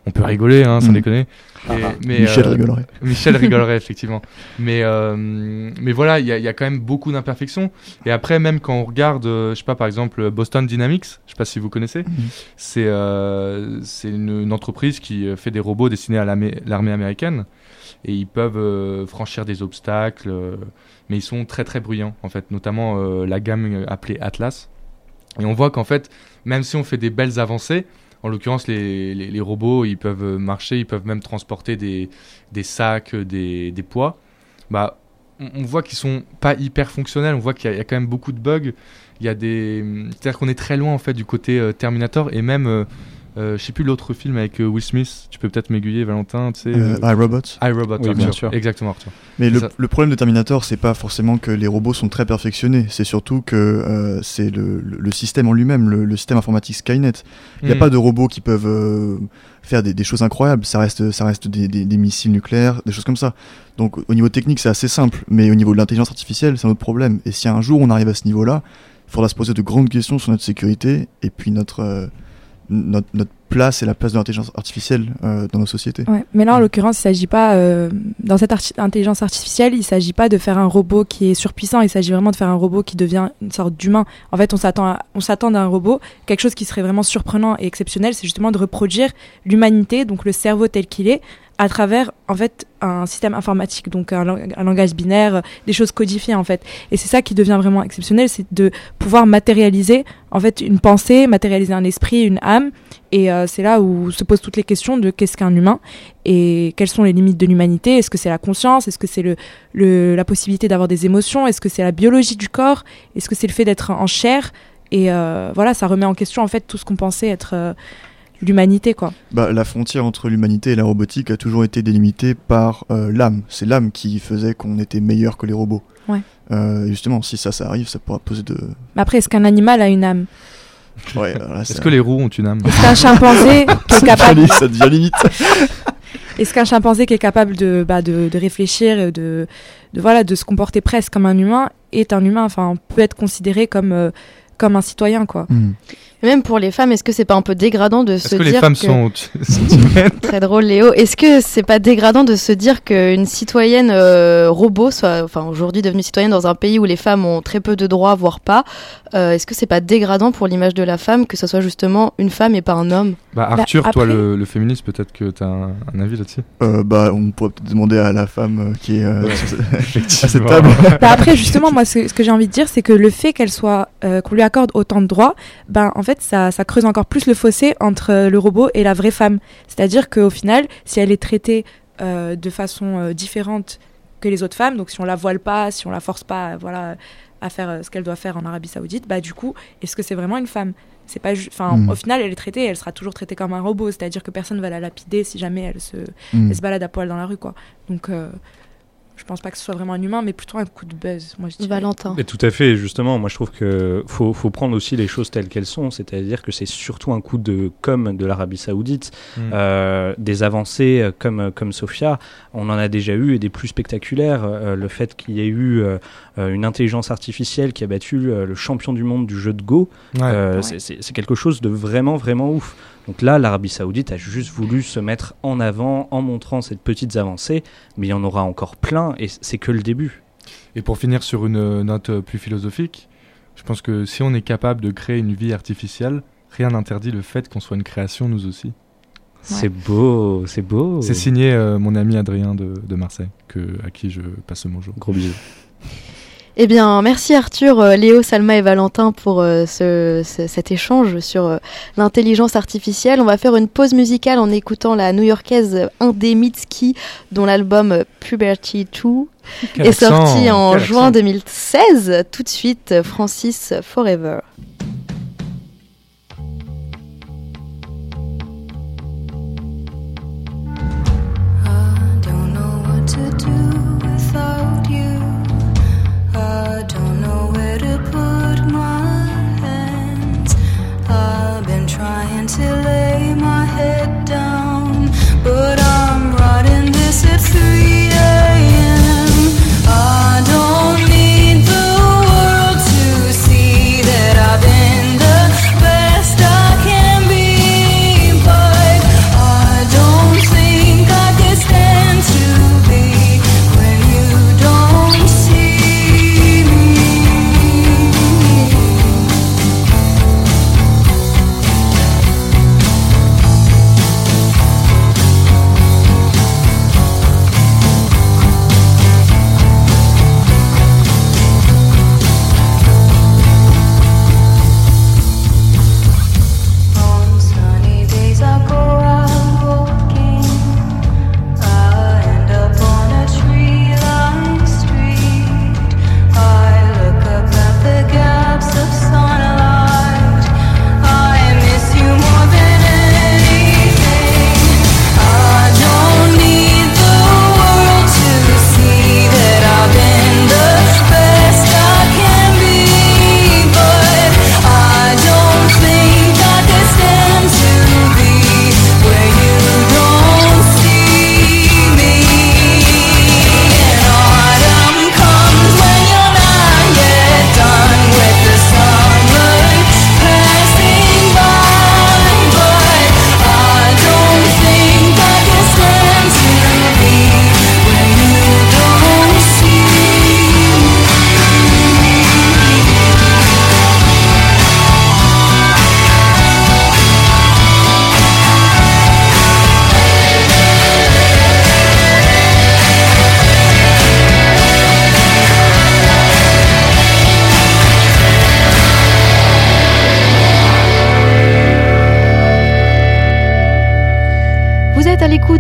J: on peut rigoler, hein, sans
G: Mmh.
J: déconner. Et,
G: Ah, ah.
J: mais,
G: Michel
J: euh,
G: rigolerait.
J: Michel rigolerait, effectivement. Mais, euh, mais voilà, il y, y a quand même beaucoup d'imperfections. Et après, même quand on regarde, euh, je sais pas, par exemple, Boston Dynamics, je sais pas si vous connaissez,
G: Mmh.
J: c'est, euh, c'est une, une entreprise qui fait des robots destinés à l'armée, l'armée américaine. Et ils peuvent euh, franchir des obstacles, euh, mais ils sont très très bruyants, en fait, notamment euh, la gamme appelée Atlas. Et on voit qu'en fait, même si on fait des belles avancées, en l'occurrence, les, les, les robots, ils peuvent marcher, ils peuvent même transporter des, des sacs, des, des poids. Bah, on, on voit qu'ils sont pas hyper fonctionnels, on voit qu'il y a, il y a quand même beaucoup de bugs. Il y a des... C'est-à-dire qu'on est très loin, en fait, du côté euh, Terminator, et même... Euh, Euh, je sais plus l'autre film avec euh, Will Smith, tu peux peut-être m'aiguiller Valentin, tu sais.
G: Euh,
J: euh,
G: iRobot.
J: iRobot,
G: Oui,
J: Arthur.
G: bien sûr.
J: Exactement, Arthur.
G: Mais
J: C'est
G: le,
J: ça.
G: le problème de Terminator, c'est pas forcément que les robots sont très perfectionnés, c'est surtout que euh, c'est le, le, le système en lui-même, le, le système informatique Skynet. Il n'y a
J: Mm.
G: pas de robots qui peuvent euh, faire des, des choses incroyables, ça reste, ça reste des, des, des missiles nucléaires, des choses comme ça. Donc au niveau technique, c'est assez simple, mais au niveau de l'intelligence artificielle, c'est un autre problème. Et si un jour on arrive à ce niveau-là, il faudra se poser de grandes questions sur notre sécurité et puis notre... Euh, Notre, notre place et la place de l'intelligence artificielle euh, dans nos sociétés.
Q: Ouais, mais là, en l'occurrence, il s'agit pas, euh, dans cette arti- intelligence artificielle, il s'agit pas de faire un robot qui est surpuissant, il s'agit vraiment de faire un robot qui devient une sorte d'humain. En fait, on s'attend, à, on s'attend d'un robot, quelque chose qui serait vraiment surprenant et exceptionnel, c'est justement de reproduire l'humanité, donc le cerveau tel qu'il est, à travers en fait un système informatique, donc un, lang- un langage binaire, euh, des choses codifiées en fait. Et c'est ça qui devient vraiment exceptionnel, c'est de pouvoir matérialiser en fait une pensée, matérialiser un esprit, une âme. Et euh, c'est là où se posent toutes les questions de qu'est-ce qu'un humain et quelles sont les limites de l'humanité. Est-ce que c'est la conscience? Est-ce que c'est le, le, la possibilité d'avoir des émotions? Est-ce que c'est la biologie du corps? Est-ce que c'est le fait d'être en chair? Et euh, voilà, ça remet en question en fait tout ce qu'on pensait être euh, l'humanité, quoi.
G: Bah, la frontière entre l'humanité et la robotique a toujours été délimitée par euh, l'âme. C'est l'âme qui faisait qu'on était meilleur que les robots.
Q: Ouais.
G: Euh, et justement, si ça, ça arrive, ça pourra poser de...
Q: Mais après, est-ce qu'un animal a une âme?
G: Ouais, alors là,
J: Est-ce
G: c'est-
J: que les roues ont une âme?
Q: Est-ce qu'un chimpanzé qui est capable...
G: Ça devient limite.
Q: Est-ce qu'un chimpanzé qui est capable de, bah, de, de réfléchir et de, de, voilà, de se comporter presque comme un humain est un humain, enfin, peut être considéré comme, euh, comme un citoyen, quoi.
G: Mm.
F: Et même pour les femmes, est-ce que c'est pas un peu dégradant de
J: Est-ce
F: se
J: que
F: dire
J: les femmes
F: que...
J: sont, sont humaines?
F: Très drôle, Léo. Est-ce que c'est pas dégradant de se dire qu'une citoyenne euh, robot soit, enfin aujourd'hui devenue citoyenne dans un pays où les femmes ont très peu de droits, voire pas, euh, est-ce que c'est pas dégradant pour l'image de la femme que ce soit justement une femme et pas un homme?
J: Bah Arthur,
Q: Bah,
J: toi
Q: après-
J: le, le féministe, peut-être que t'as un, un avis là-dessus?
G: Euh, bah, on pourrait peut-être demander à la femme euh, qui est euh, sur ce- à cette
J: Effectivement.
G: table.
Q: Bah après, justement, moi, ce, ce que j'ai envie de dire, c'est que le fait qu'elle soit, euh, qu'on lui accorde autant de droits, ben, en fait, ça, ça creuse encore plus le fossé entre euh, le robot et la vraie femme. C'est-à-dire qu'au final, si elle est traitée euh, de façon euh, différente que les autres femmes, donc si on la voile pas, si on la force pas, euh, voilà, à faire euh, ce qu'elle doit faire en Arabie Saoudite, bah du coup, est-ce que c'est vraiment une femme? C'est pas, ju- enfin,
G: Mm.
Q: au final, elle est traitée, elle sera toujours traitée comme un robot. C'est-à-dire que personne va la lapider si jamais elle se,
G: Mm.
Q: elle se balade à poil dans la rue, quoi. Donc euh, je pense pas que ce soit vraiment un humain, mais plutôt un coup de buzz, moi je dirais.
F: Valentin.
M: Et tout à fait, justement, moi je trouve que faut, faut prendre aussi les choses telles qu'elles sont, c'est-à-dire que c'est surtout un coup de com de l'Arabie Saoudite.
J: Mm.
M: Euh, des avancées euh, comme, comme Sophia, on en a déjà eu et des plus spectaculaires. Euh, le fait qu'il y ait eu euh, euh, une intelligence artificielle qui a battu euh, le champion du monde du jeu de Go,
J: Ouais.
M: euh,
Q: Ouais.
M: c'est- c'est c'est quelque chose de vraiment, vraiment ouf. Donc là, l'Arabie Saoudite a juste voulu se mettre en avant en montrant ces petites avancées, mais il y en aura encore plein et c'est que le début.
J: Et pour finir sur une note euh, plus philosophique, je pense que si on est capable de créer une vie artificielle, rien n'interdit le fait qu'on soit une création nous aussi.
M: C'est beau, c'est beau.
J: C'est signé euh, mon ami Adrien de, de Marseille, que, à qui je passe ce bonjour.
M: Gros bisous.
F: Eh bien, merci Arthur, euh, Léo, Salma et Valentin pour euh, ce, ce- cet échange sur euh, l'intelligence artificielle. On va faire une pause musicale en écoutant la new-yorkaise Indé Mitski, dont l'album euh, Puberty deux
J: Quel
F: est
J: accent,
F: sorti en
J: quel
F: juin
J: accent.
F: deux mille seize. Tout de suite, euh, Francis Forever.
R: Don't know what to do without you. I don't know where to put my hands. I've been trying to lay my head down, but I'm writing this at three a.m. I don't need the world to see that I've been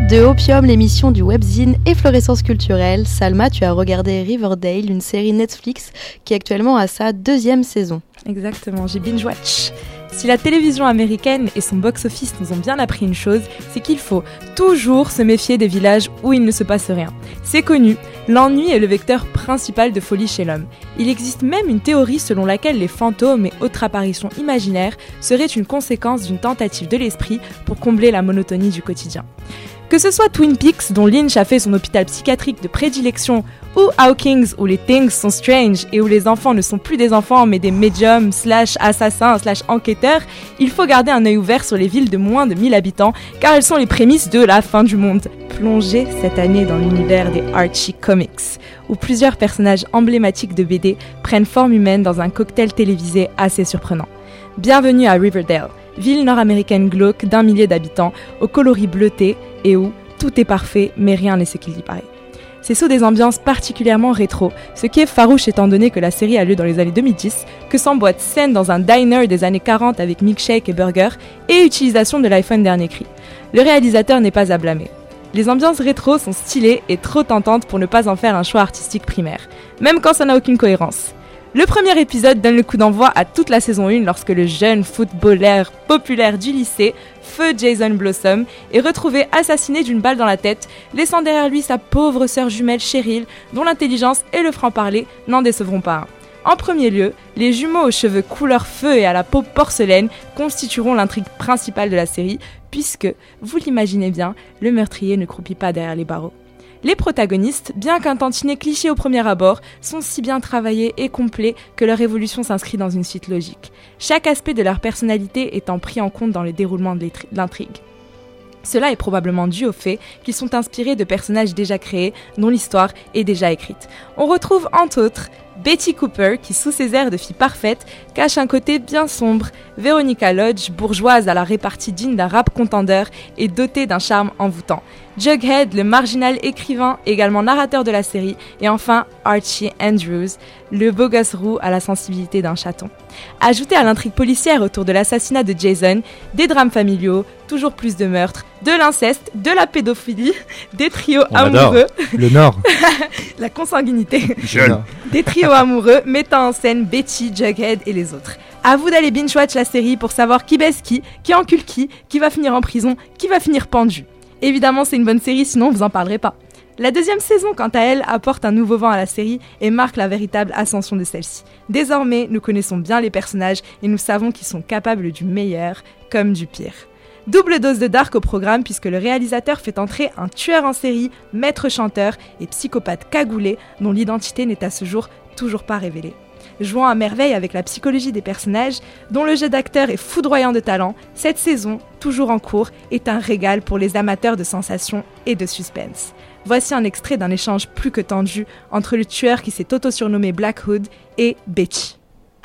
F: de Opium, l'émission du webzine Efflorescence culturelle. Salma, tu as regardé Riverdale, une série Netflix qui est actuellement à sa deuxième saison.
Q: Exactement, j'ai binge-watch. Si la télévision américaine et son box-office nous ont bien appris une chose, c'est qu'il faut toujours se méfier des villages où il ne se passe rien. C'est connu, l'ennui est le vecteur principal de folie chez l'homme. Il existe même une théorie selon laquelle les fantômes et autres apparitions imaginaires seraient une conséquence d'une tentative de l'esprit pour combler la monotonie du quotidien. Que ce soit Twin Peaks, dont Lynch a fait son hôpital psychiatrique de prédilection, ou Hawkins, où les things sont strange et où les enfants ne sont plus des enfants mais des médiums slash assassins slash enquêteurs, il faut garder un œil ouvert sur les villes de moins de mille habitants, car elles sont les prémices de la fin du monde. Plongez cette année dans l'univers des Archie Comics, où plusieurs personnages emblématiques de B D prennent forme humaine dans un cocktail télévisé assez surprenant. Bienvenue à Riverdale, ville nord-américaine glauque d'un millier d'habitants, aux coloris bleutés et où tout est parfait mais rien n'est ce qu'il y paraît. C'est sous des ambiances particulièrement rétro, ce qui est farouche étant donné que la série a lieu dans les années deux mille dix, que s'emboîtent scènes dans un diner des années quarante avec milkshake et burger et utilisation de l'iPhone dernier cri. Le réalisateur n'est pas à blâmer. Les ambiances rétro sont stylées et trop tentantes pour ne pas en faire un choix artistique primaire, même quand ça n'a aucune cohérence. Le premier épisode donne le coup d'envoi à toute la saison un lorsque le jeune footballeur populaire du lycée, Feu Jason Blossom, est retrouvé assassiné d'une balle dans la tête, laissant derrière lui sa pauvre sœur jumelle Cheryl, dont l'intelligence et le franc-parler n'en décevront pas un. En premier lieu, les jumeaux aux cheveux couleur feu et à la peau porcelaine constitueront l'intrigue principale de la série, puisque, vous l'imaginez bien, le meurtrier ne croupit pas derrière les barreaux. Les protagonistes, bien qu'un tantinet cliché au premier abord, sont si bien travaillés et complets que leur évolution s'inscrit dans une suite logique, chaque aspect de leur personnalité étant pris en compte dans le déroulement de l'intrigue. Cela est probablement dû au fait qu'ils sont inspirés de personnages déjà créés, dont l'histoire est déjà écrite. On retrouve entre autres Betty Cooper, qui sous ses airs de fille parfaite, cache un côté bien sombre, Veronica Lodge, bourgeoise à la répartie digne d'un rap contendeur et dotée d'un charme envoûtant, Jughead, le marginal écrivain, également narrateur de la série, et enfin Archie Andrews, le beau gosse roux à la sensibilité d'un chaton. Ajouté à l'intrigue policière autour de l'assassinat de Jason, des drames familiaux, toujours plus de meurtres, de l'inceste, de la pédophilie, des trios
M: On
Q: amoureux,
M: le Nord,
Q: la consanguinité,
M: Jeune.
Q: des trios amoureux mettant en scène Betty, Jughead et les autres. À vous d'aller binge-watch la série pour savoir qui baisse qui, qui encule qui, qui va finir en prison, qui va finir pendu. Évidemment, c'est une bonne série, sinon vous en parlerez pas. La deuxième saison, quant à elle, apporte un nouveau vent à la série et marque la véritable ascension de celle-ci. Désormais, nous connaissons bien les personnages et nous savons qu'ils sont capables du meilleur comme du pire. Double dose de dark au programme puisque le réalisateur fait entrer un tueur en série, maître chanteur et psychopathe cagoulé dont l'identité n'est à ce jour toujours pas révélée. Jouant à merveille avec la psychologie des personnages, dont le jeu d'acteur est foudroyant de talent, cette saison, toujours en cours, est un régal pour les amateurs de sensations et de suspense. Voici un extrait d'un échange plus que tendu entre le tueur qui s'est auto-surnommé Black Hood et Betty.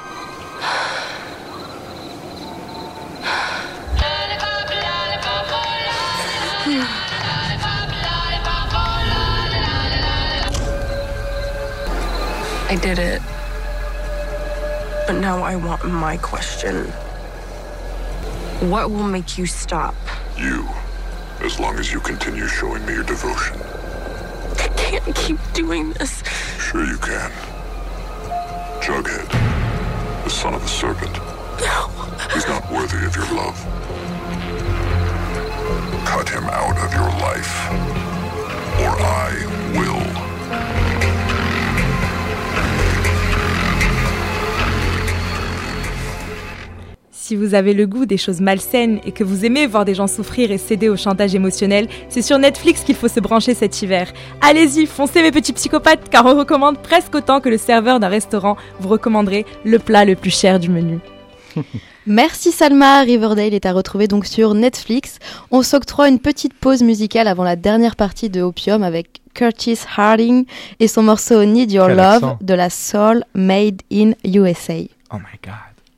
S: I did it. But now I want my question. What will make you stop?
T: You. As long as you continue showing me your devotion.
S: I can't keep doing this.
T: Sure you can. Jughead. The son of a serpent.
S: No.
T: He's not worthy of your love. Cut him out of your life. Or I will.
Q: Si vous avez le goût des choses malsaines et que vous aimez voir des gens souffrir et céder au chantage émotionnel, c'est sur Netflix qu'il faut se brancher cet hiver. Allez-y, foncez mes petits psychopathes, car on recommande presque autant que le serveur d'un restaurant vous recommanderait le plat le plus cher du menu.
F: Merci Salma, Riverdale est à retrouver donc sur Netflix. On s'octroie une petite pause musicale avant la dernière partie de Opium avec Curtis Harding et son morceau Need Your
M: Quel
F: Love
M: accent.
F: de la Soul Made in U S A.
M: Oh my god.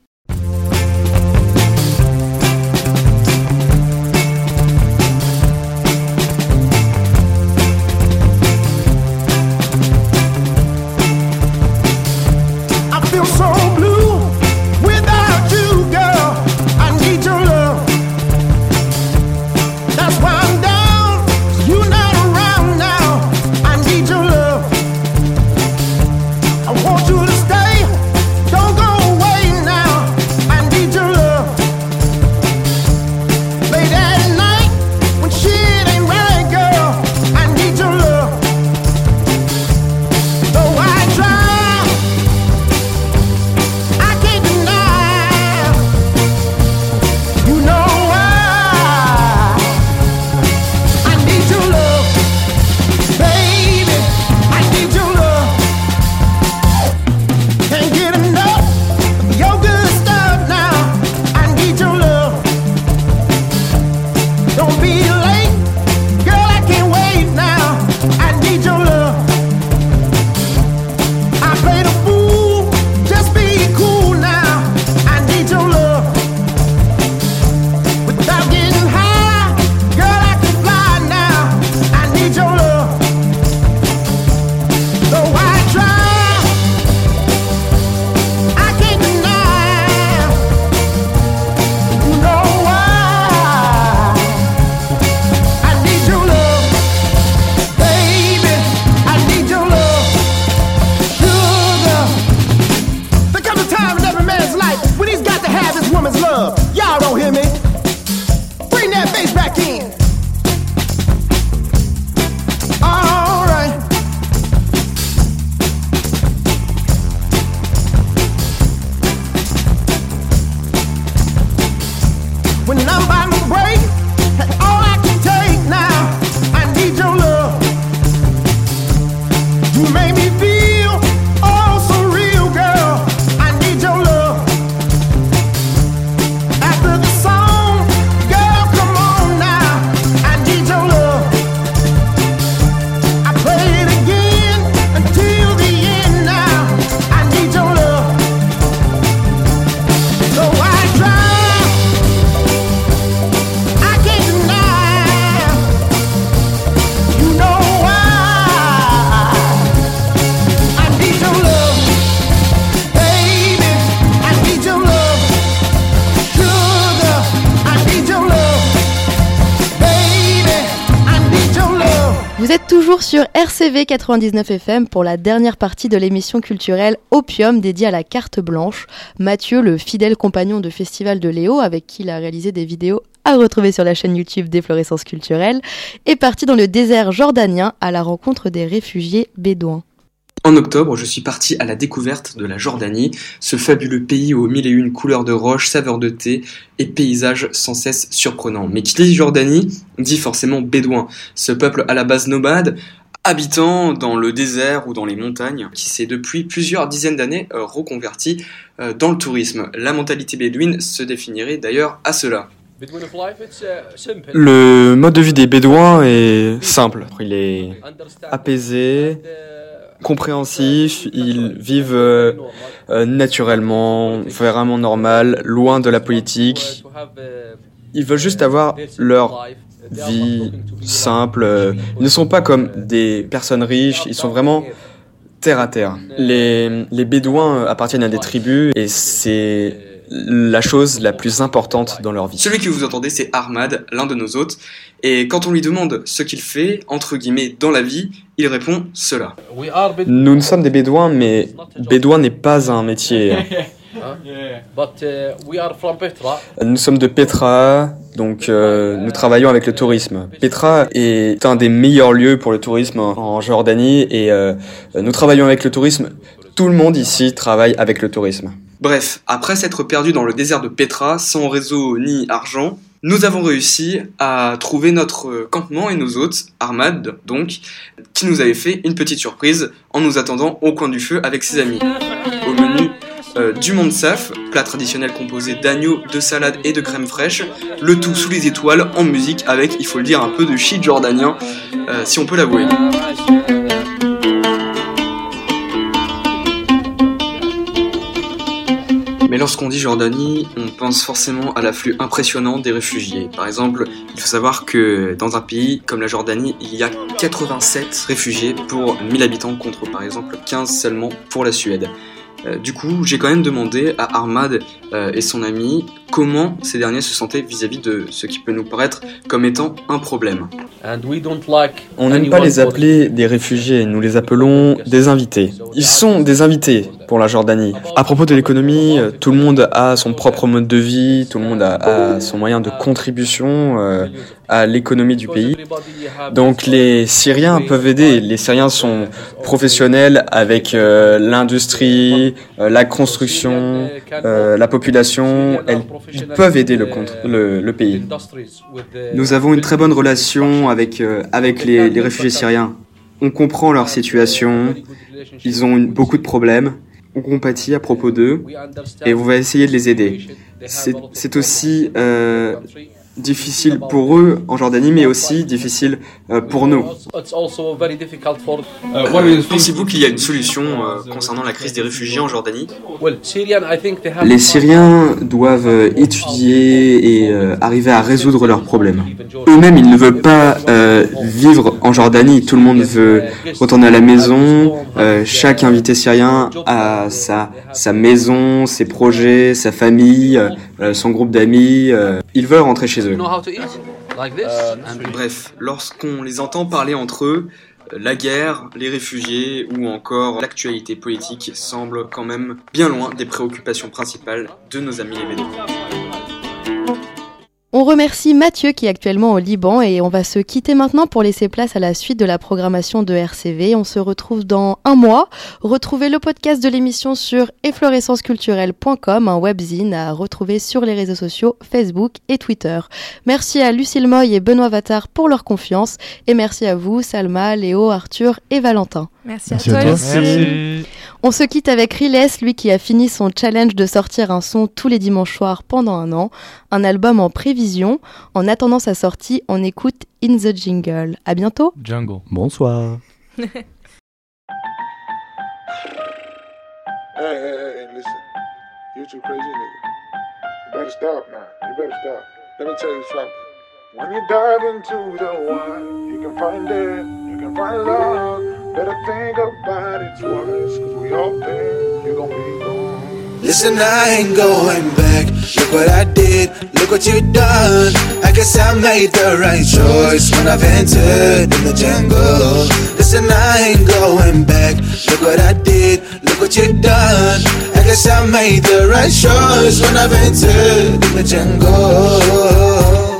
I: I feel so blue without you, girl. I need your love. That's why I'm down,
F: sur R C V quatre-vingt-dix-neuf F M pour la dernière partie de l'émission culturelle Opium dédiée à la carte blanche. Mathieu, le fidèle compagnon de Festival de Léo, avec qui il a réalisé des vidéos à retrouver sur la chaîne YouTube d'Efflorescence culturelle, est parti dans le désert jordanien à la rencontre des réfugiés bédouins.
U: En octobre, je suis parti à la découverte de la Jordanie, ce fabuleux pays aux mille et une couleurs de roche, saveurs de thé et paysages sans cesse surprenants. Mais qui dit Jordanie dit forcément bédouin, ce peuple à la base nomade, habitant dans le désert ou dans les montagnes, qui s'est depuis plusieurs dizaines d'années euh, reconverti euh, dans le tourisme. La mentalité bédouine se définirait d'ailleurs à cela. Le mode de vie des Bédouins est simple, il est apaisé, compréhensif, ils vivent euh, euh, naturellement, vraiment normal, loin de la politique. Ils veulent juste avoir leur vie simple. Ils ne sont pas comme des personnes riches, ils sont vraiment terre à terre. Les, les Bédouins appartiennent à des tribus et c'est la chose la plus importante dans leur vie. Celui que vous entendez, c'est Ahmad, l'un de nos hôtes, et quand on lui demande ce qu'il fait, entre guillemets, dans la vie, il répond cela. Nous, nous sommes des Bédouins, mais Bédouin n'est pas un métier. Nous sommes de Petra, donc euh, nous travaillons avec le tourisme. Petra est un des meilleurs lieux pour le tourisme en Jordanie, et euh, nous travaillons avec le tourisme. Tout le monde ici travaille avec le tourisme. Bref, après s'être perdu dans le désert de Petra, sans réseau ni argent, nous avons réussi à trouver notre campement et nos hôtes, Ahmad donc, qui nous avait fait une petite surprise en nous attendant au coin du feu avec ses amis. Au menu euh, du Montsaf, plat traditionnel composé d'agneau, de salade et de crème fraîche, le tout sous les étoiles en musique avec, il faut le dire, un peu de shit jordanien, euh, si on peut l'avouer. Mais lorsqu'on dit Jordanie, on pense forcément à l'afflux impressionnant des réfugiés. Par exemple, il faut savoir que dans un pays comme la Jordanie, il y a quatre-vingt-sept réfugiés pour mille habitants contre par exemple quinze seulement pour la Suède. Euh, du coup, j'ai quand même demandé à Ahmad euh, et son ami comment ces derniers se sentaient vis-à-vis de ce qui peut nous paraître comme étant un problème. On n'aime pas les appeler des réfugiés, nous les appelons des invités. Ils sont des invités pour la Jordanie. À propos de l'économie, tout le monde a son propre mode de vie, tout le monde a, a son moyen de contribution euh, à l'économie du pays. Donc les Syriens peuvent aider. Les Syriens sont professionnels avec euh, l'industrie, euh, la construction, euh, la population. Elles, ils peuvent aider le, le, le pays. Nous avons une très bonne relation avec, euh, avec les, les réfugiés syriens. On comprend leur situation, ils ont une, beaucoup de problèmes, on compatit à propos d'eux et on va essayer de les aider. C'est, c'est aussi euh, difficile pour eux en Jordanie, mais aussi difficile euh, pour nous. Euh, pensez-vous qu'il y a une solution euh, concernant la crise des réfugiés en Jordanie ? Les Syriens doivent étudier et euh, arriver à résoudre leurs problèmes. Eux-mêmes, ils ne veulent pas euh, vivre en Jordanie. Tout le monde veut retourner à la maison. Euh, chaque invité syrien a sa, sa maison, ses projets, sa famille, euh, son groupe d'amis. Euh, ils veulent rentrer chez eux. Euh, bref, lorsqu'on les entend parler entre eux, la guerre, les réfugiés ou encore l'actualité politique semblent quand même bien loin des préoccupations principales de nos amis les Bédouins.
F: On remercie Mathieu qui est actuellement au Liban et on va se quitter maintenant pour laisser place à la suite de la programmation de R C V. On se retrouve dans un mois. Retrouvez le podcast de l'émission sur efflorescence culturelle point com, un webzine à retrouver sur les réseaux sociaux Facebook et Twitter. Merci à Lucille Moy et Benoît Vattard pour leur confiance et merci à vous, Salma, Léo, Arthur et Valentin.
Q: Merci,
G: merci
Q: à toi.
G: Merci.
Q: Merci.
F: On se quitte avec Riles, lui qui a fini son challenge de sortir un son tous les dimanches soirs pendant un an, un album en prévision. En attendant sa sortie, on écoute In the Jungle. À bientôt.
J: Jungle.
M: Bonsoir.
H: Hey, hey, hey, listen. You too crazy, nigga. You better stop now. You better stop. Let me tell you something. When you dive into the water, you can find it, you can find love. Better think about it twice, cause we all think you're gonna be gone.
B: Listen, I ain't going back. Look what I did, look what you done. I guess I made the right choice when I've entered in the jungle. Listen, I ain't going back. Look what I did, look what you done. I guess I made the right choice when I've entered in the jungle.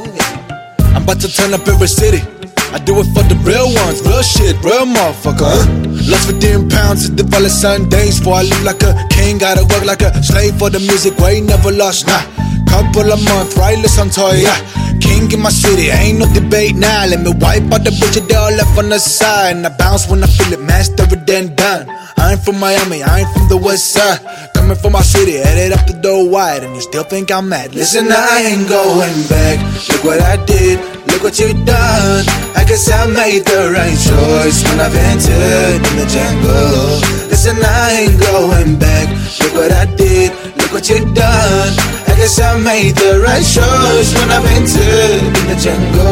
B: I'm about to turn up every city. I do it for the real ones, real shit, real motherfucker, huh? Lost for ten pounds at the Valley Sundays. For I live like a king, gotta work like a slave for the music. Way never lost, nah. Couple of months, right, listen to ya. King in my city, ain't no debate now. Let me wipe out the bullshit they all left on the side. And I bounce when I feel it, master it then done. I ain't from Miami, I ain't from the west side. Coming from my city, headed up the door wide. And you still think I'm mad. Listen, I ain't going back. Look what I did, look what you done. I guess I made the right choice when I've entered in the jungle. Listen, I ain't going back. Look what I did, look what you done. I guess I made the right choice when I've entered in the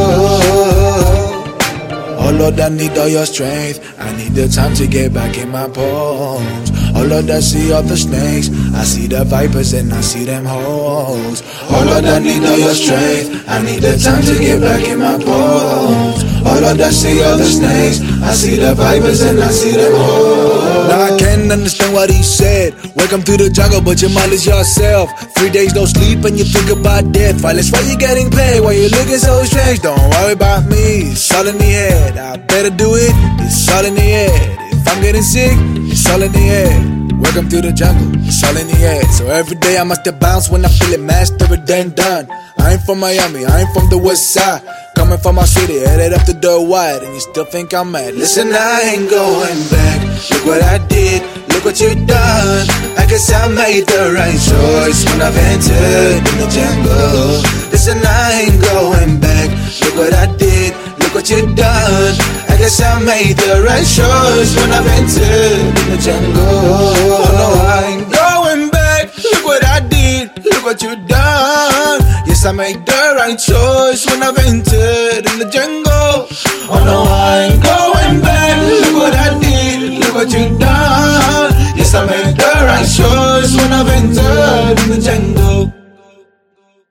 B: jungle. Oh Lord, I need all your strength. I need the time to get back in my poems. Oh Lord, I see all the snakes. I see the vipers and I see them hoes. Oh Lord, I need all your strength. I need the time to get back in my poems. Oh Lord, I see all the snakes. I see the vipers and I see them hoes. Now I can't understand what he said. Welcome to the jungle, but your mind is yourself. Three days no sleep and you think about death. While it's why you getting paid, why you looking so strange. Don't worry about me, it's all in the head. I better do it, it's all in the head. If I'm getting sick, it's all in the head. Welcome to the jungle, it's all in the head. So every day I must have bounce when I feel it, master it then done. I ain't from Miami, I ain't from the west side. Coming from my city, headed up the door wide. And you still think I'm mad. Listen, I ain't going back. Look what I did, look what you done. I guess I made the right choice when I've entered in the jungle. Listen, I ain't going back. Look what I did, look what you done. I guess I made the right choice when I've entered in the jungle. Oh no, I ain't going back. Look what I did, look what you done. Yes, I made the right choice when I've entered in the jungle. Oh no, I ain't going back. Look what I did, look what you done. Yes, I made the right choice when I've entered in the jungle.